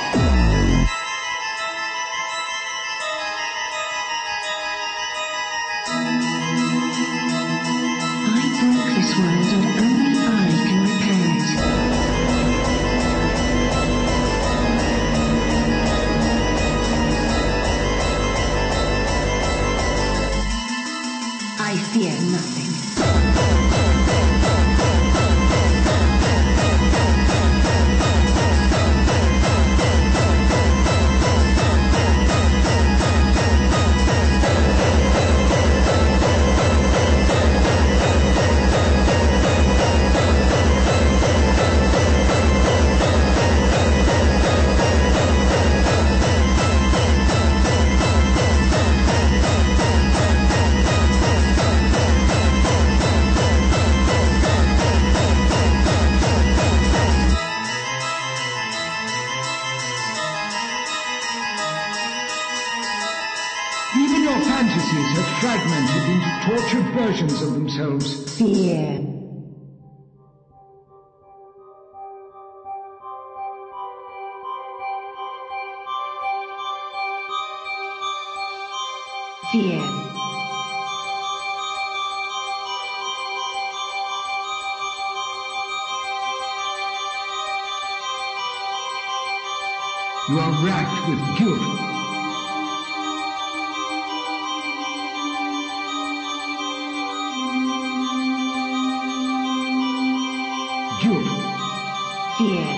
I broke this world and only I can repair it. I fear nothing. Even your fantasies have fragmented into tortured versions of themselves. Fear. Fear. You are racked with guilt. Guilt. Fear.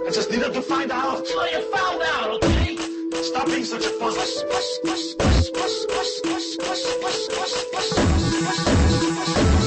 I just needed to find out. So you found out, okay? Stop being such a puss. Puss, puss, puss, puss, puss, puss, puss, puss, puss, puss, puss, puss.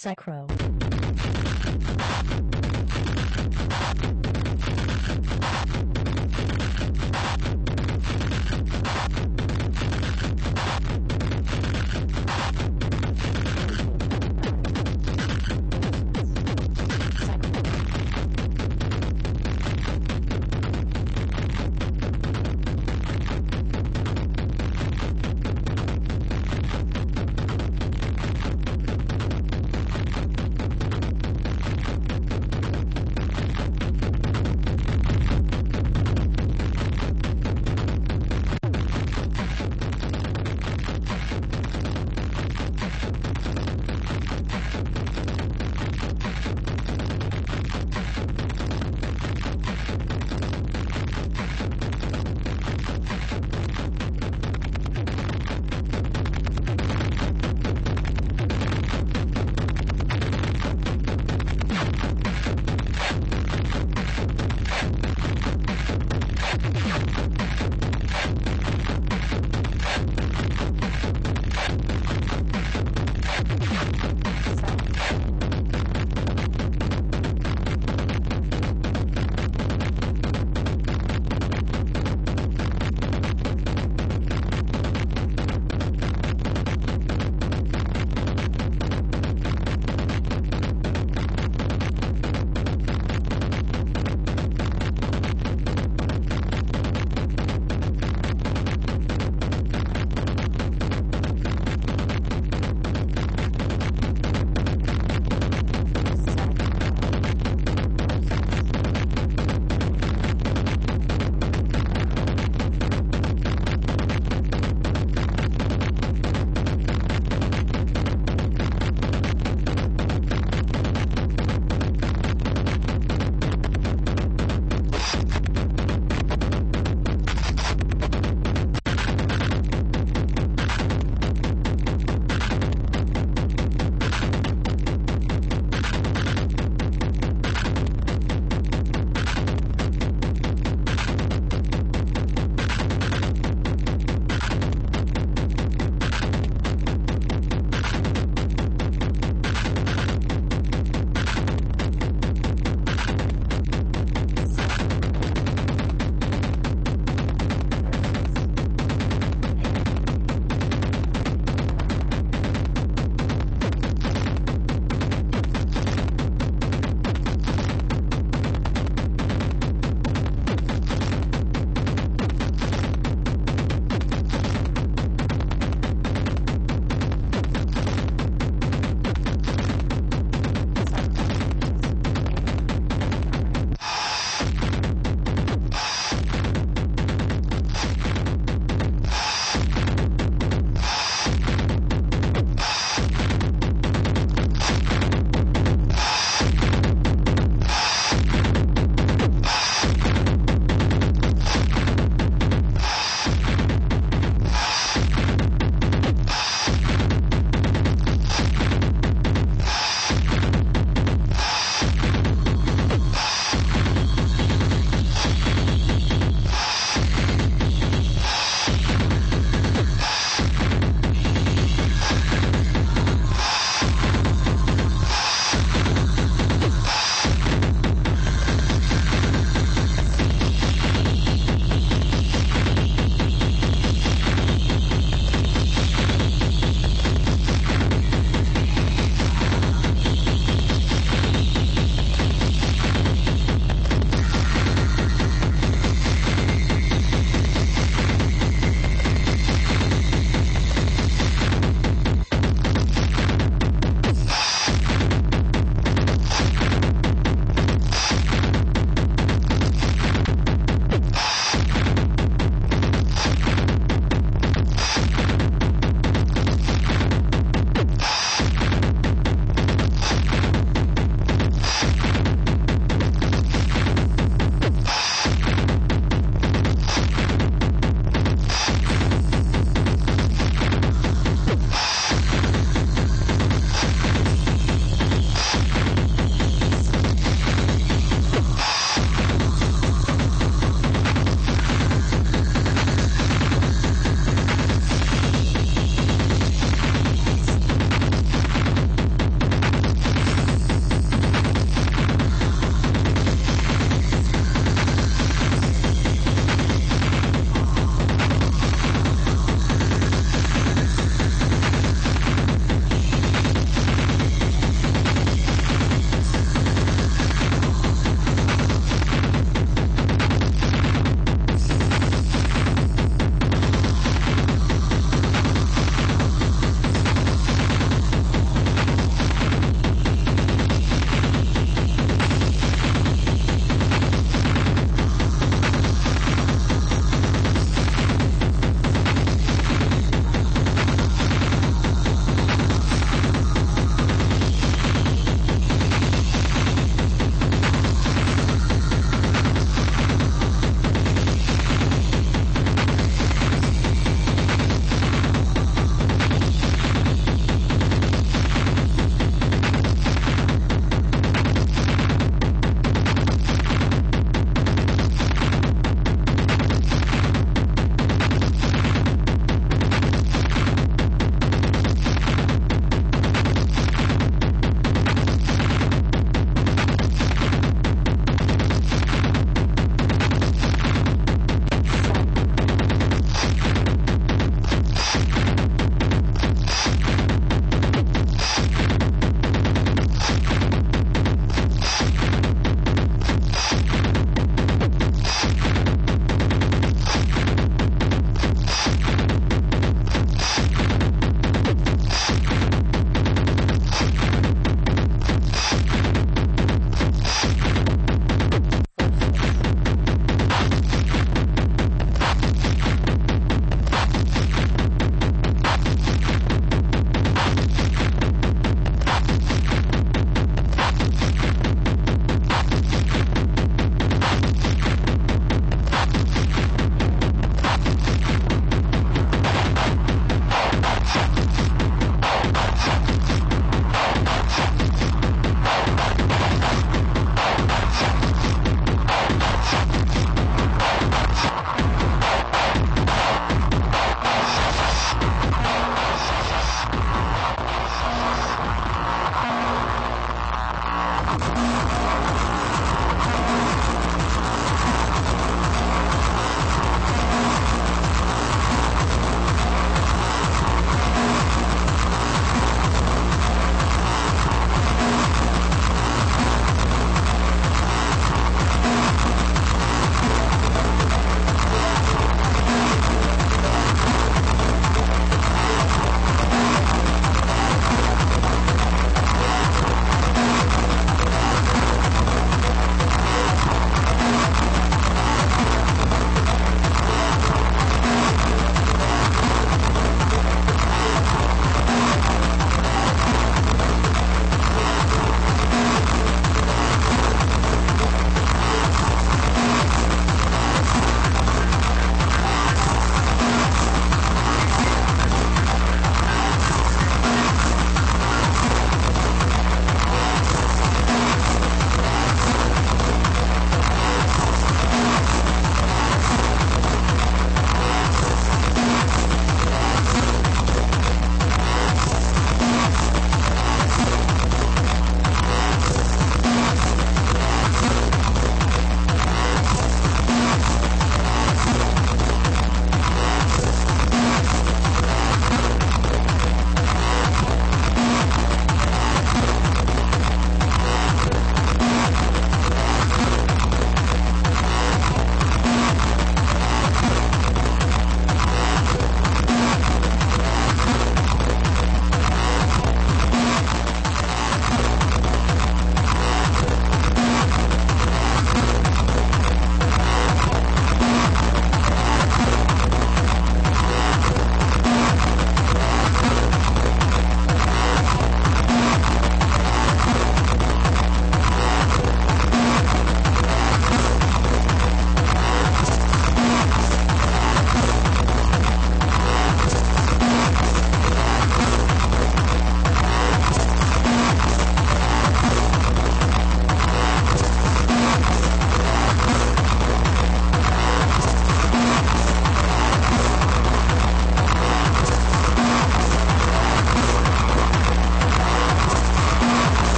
Psychro.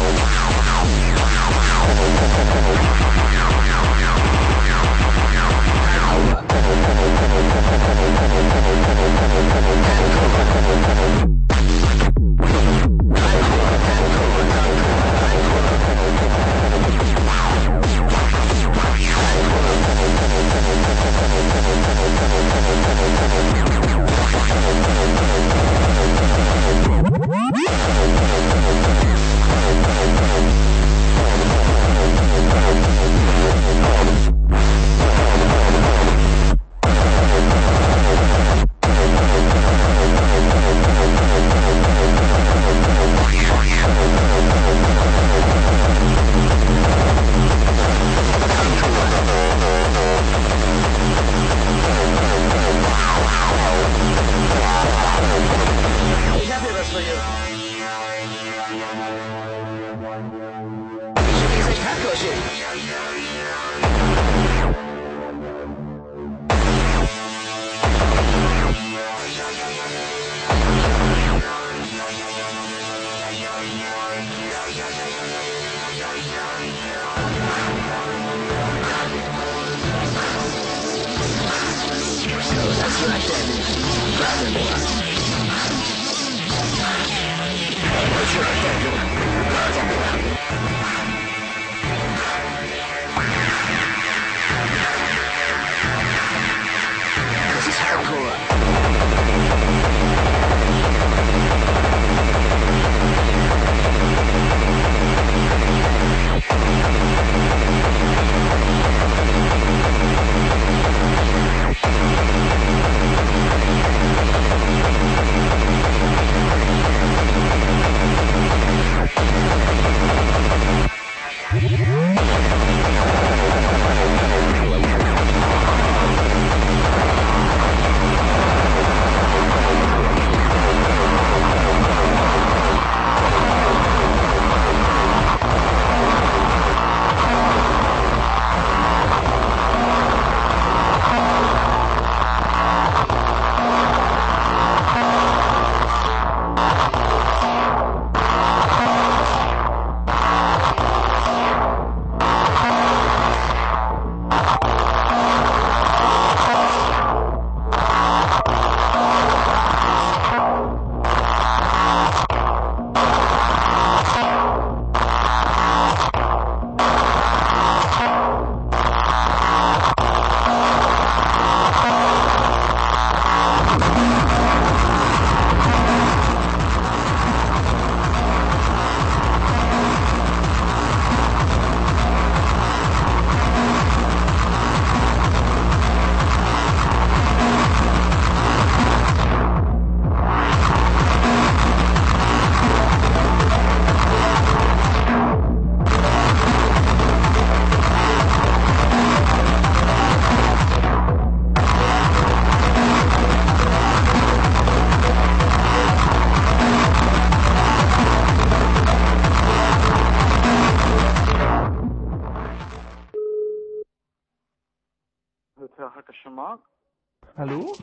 Hallo?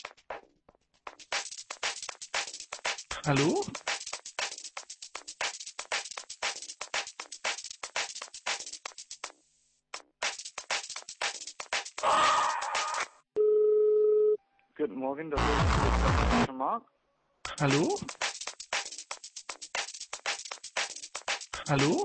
Hallo? Guten Morgen, das ist Mark. Hallo? Hallo?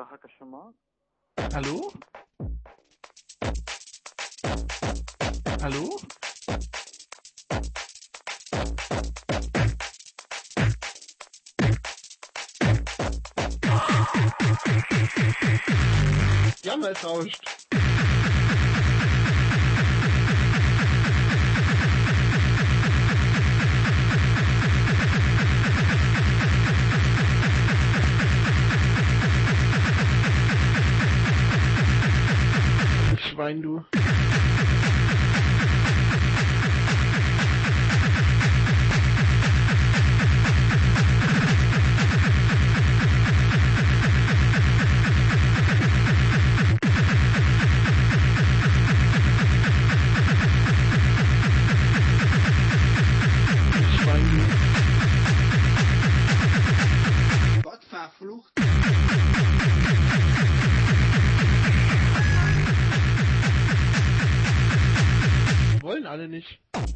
Peter Hacker schon mal? Hallo? Hallo? Ja, mal tauscht. Schwein, du. Gott verflucht. Wollen alle nicht.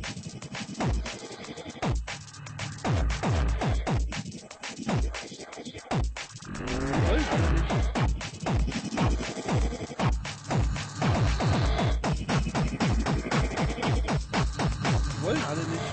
Wollen alle nicht. Wollen alle nicht.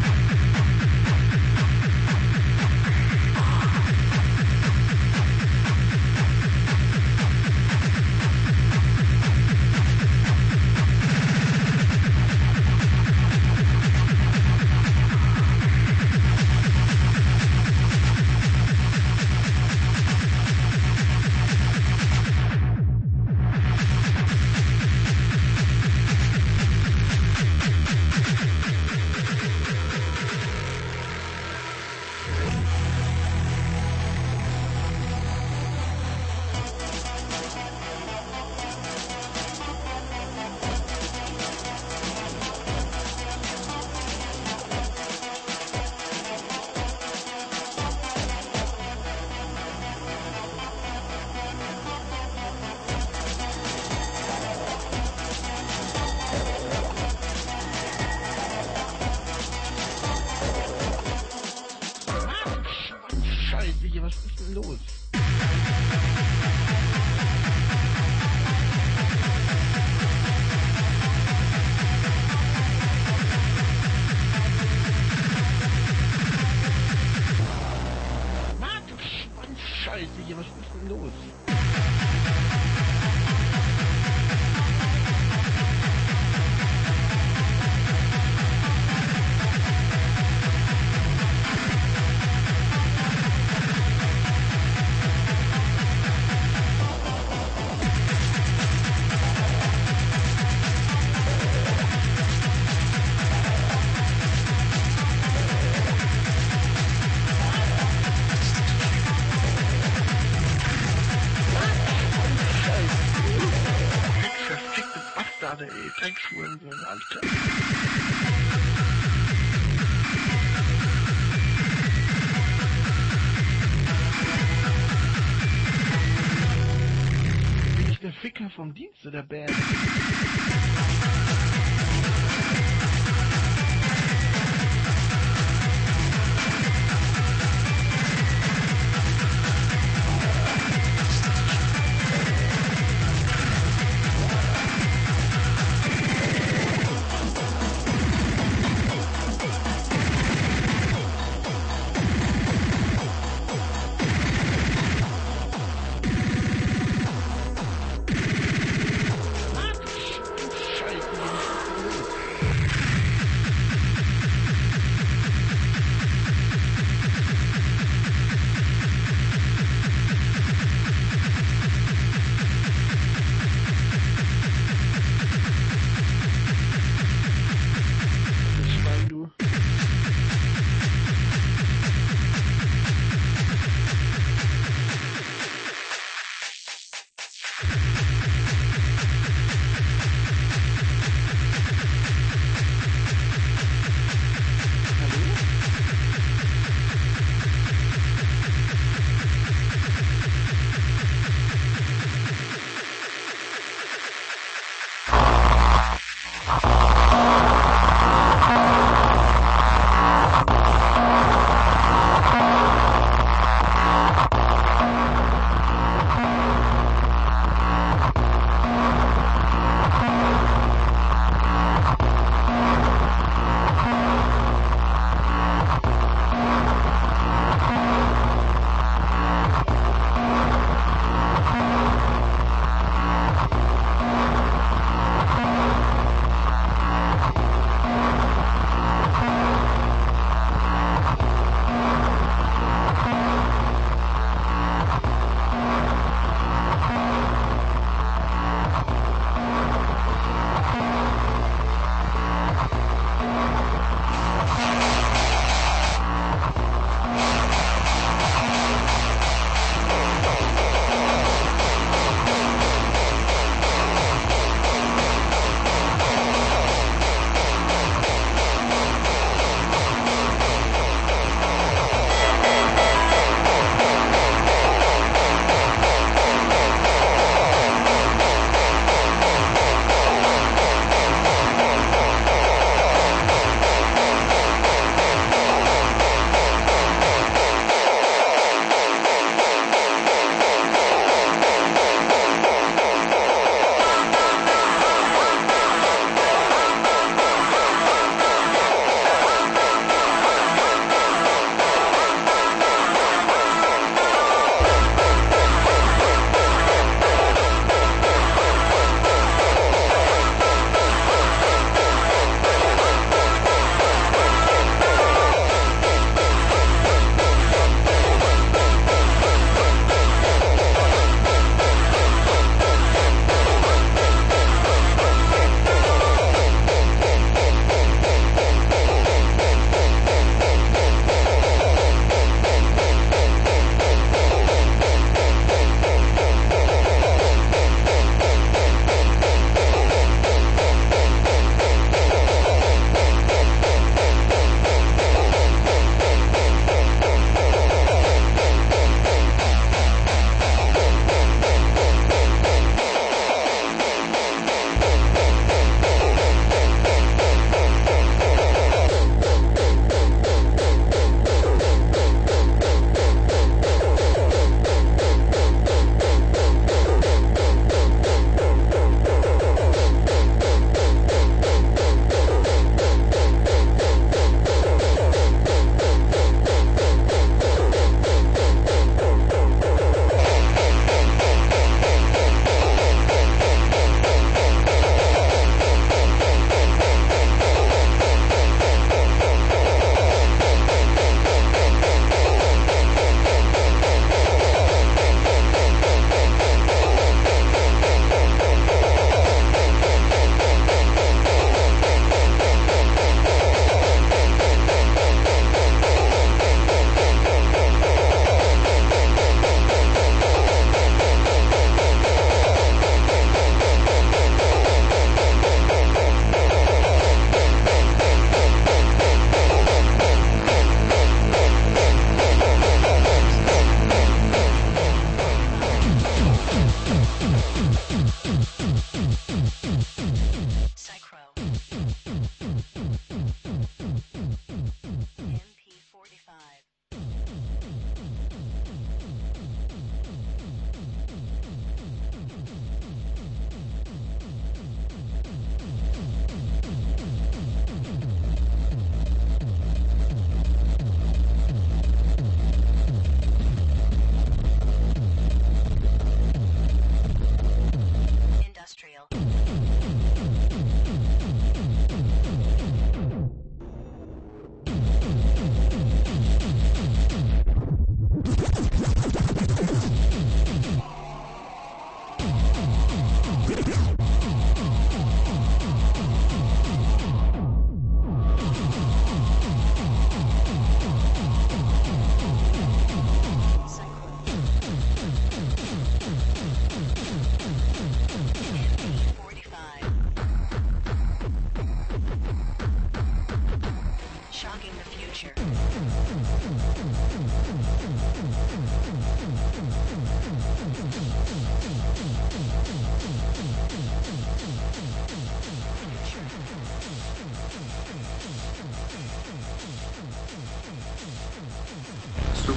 Scheiße, hier, was ist denn los? Mann, du Schwein, Scheiße, hier, was ist denn los? Verfickte Bastarde, ey, Dreckshurensohn, Alter. Bin ich der Ficker vom Dienst oder Band? Scheiße,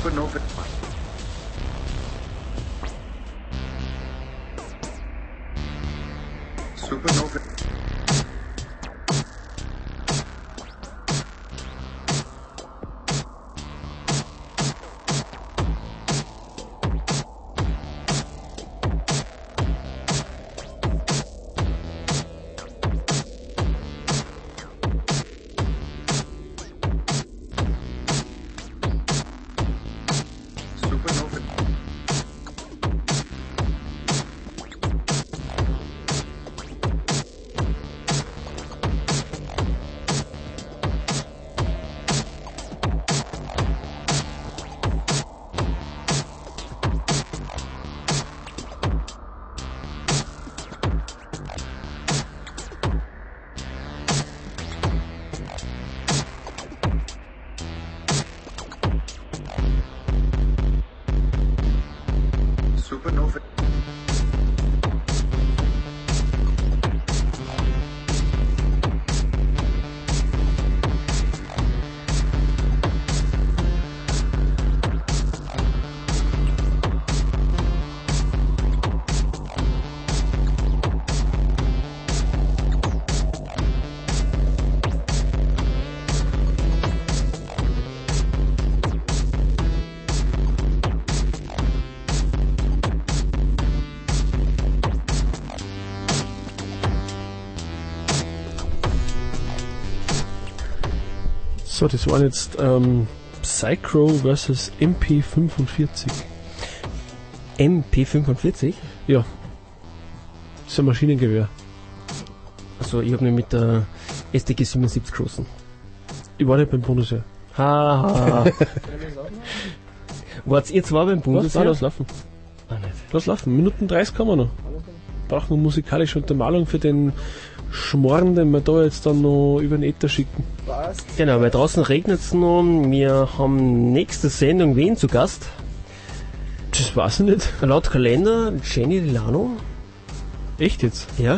Supernova. Supernova. Supernova. So, das waren jetzt ähm, Psychro versus M P fünfundvierzig. M P fünfundvierzig? Ja. Das ist ein Maschinengewehr. Also ich habe mich mit der S D G siebenundsiebzig geschossen. Ich war nicht beim Bundesheer. Haha. Wart ihr zwar beim Bundesheer? Lass laufen. Ah, nicht. Lass laufen. Minuten dreißig kann man noch. Braucht man musikalische Untermalung für den Schmorn, den wir da jetzt dann noch über den Äther schicken. Was? Genau, weil draußen regnet es noch. Wir haben nächste Sendung wen zu Gast? Das weiß ich nicht. Laut Kalender Jenny Delano. Echt jetzt? Ja.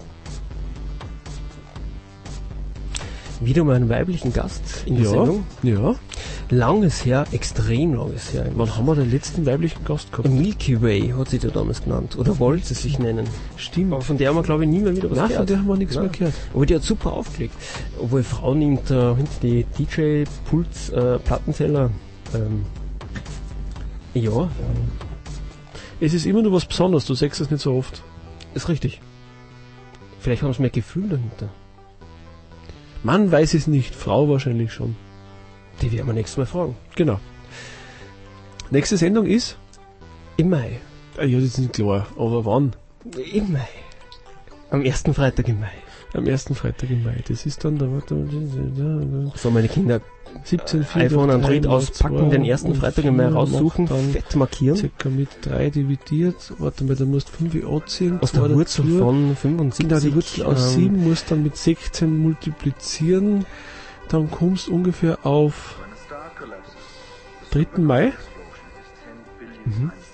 Wieder mal einen weiblichen Gast in der ja, Sendung. Ja. Langes her, extrem langes her. Wann haben wir den letzten weiblichen Gast gehabt? Milky Way hat sie da damals genannt. Oder wollte sie sich nennen. Stimmt. Aber von der haben wir, glaube ich, nie mehr wieder was Nein, gehört. von der haben wir nichts Nein. mehr gehört. Aber die hat super aufgelegt. Obwohl Frau nimmt äh, hinten die D J-Puls, äh, Plattenteller. Ähm, ja. Es ist immer nur was Besonderes, du sagst es nicht so oft. Ist richtig. Vielleicht haben sie mehr Gefühl dahinter. Mann weiß es nicht, Frau wahrscheinlich schon. Die werden wir nächstes Mal fragen. Genau. Nächste Sendung ist? Im Mai. Ah, ja, das ist nicht klar. Aber wann? Im Mai. Am ersten Freitag im Mai. Am ersten Freitag im Mai. Das ist dann der... So, meine Kinder, siebzehn, iPhone, Android auspacken, den ersten Freitag im Mai raussuchen, fett markieren. Circa mit drei dividiert. Warte mal, da musst du fünf anziehen. Aus der Wurzel dazu. Von fünfundsiebzig. Genau, die Wurzel aus ähm, sieben musst dann mit sechzehn multiplizieren. Dann kommst du ungefähr auf dritten Mai. Mhm.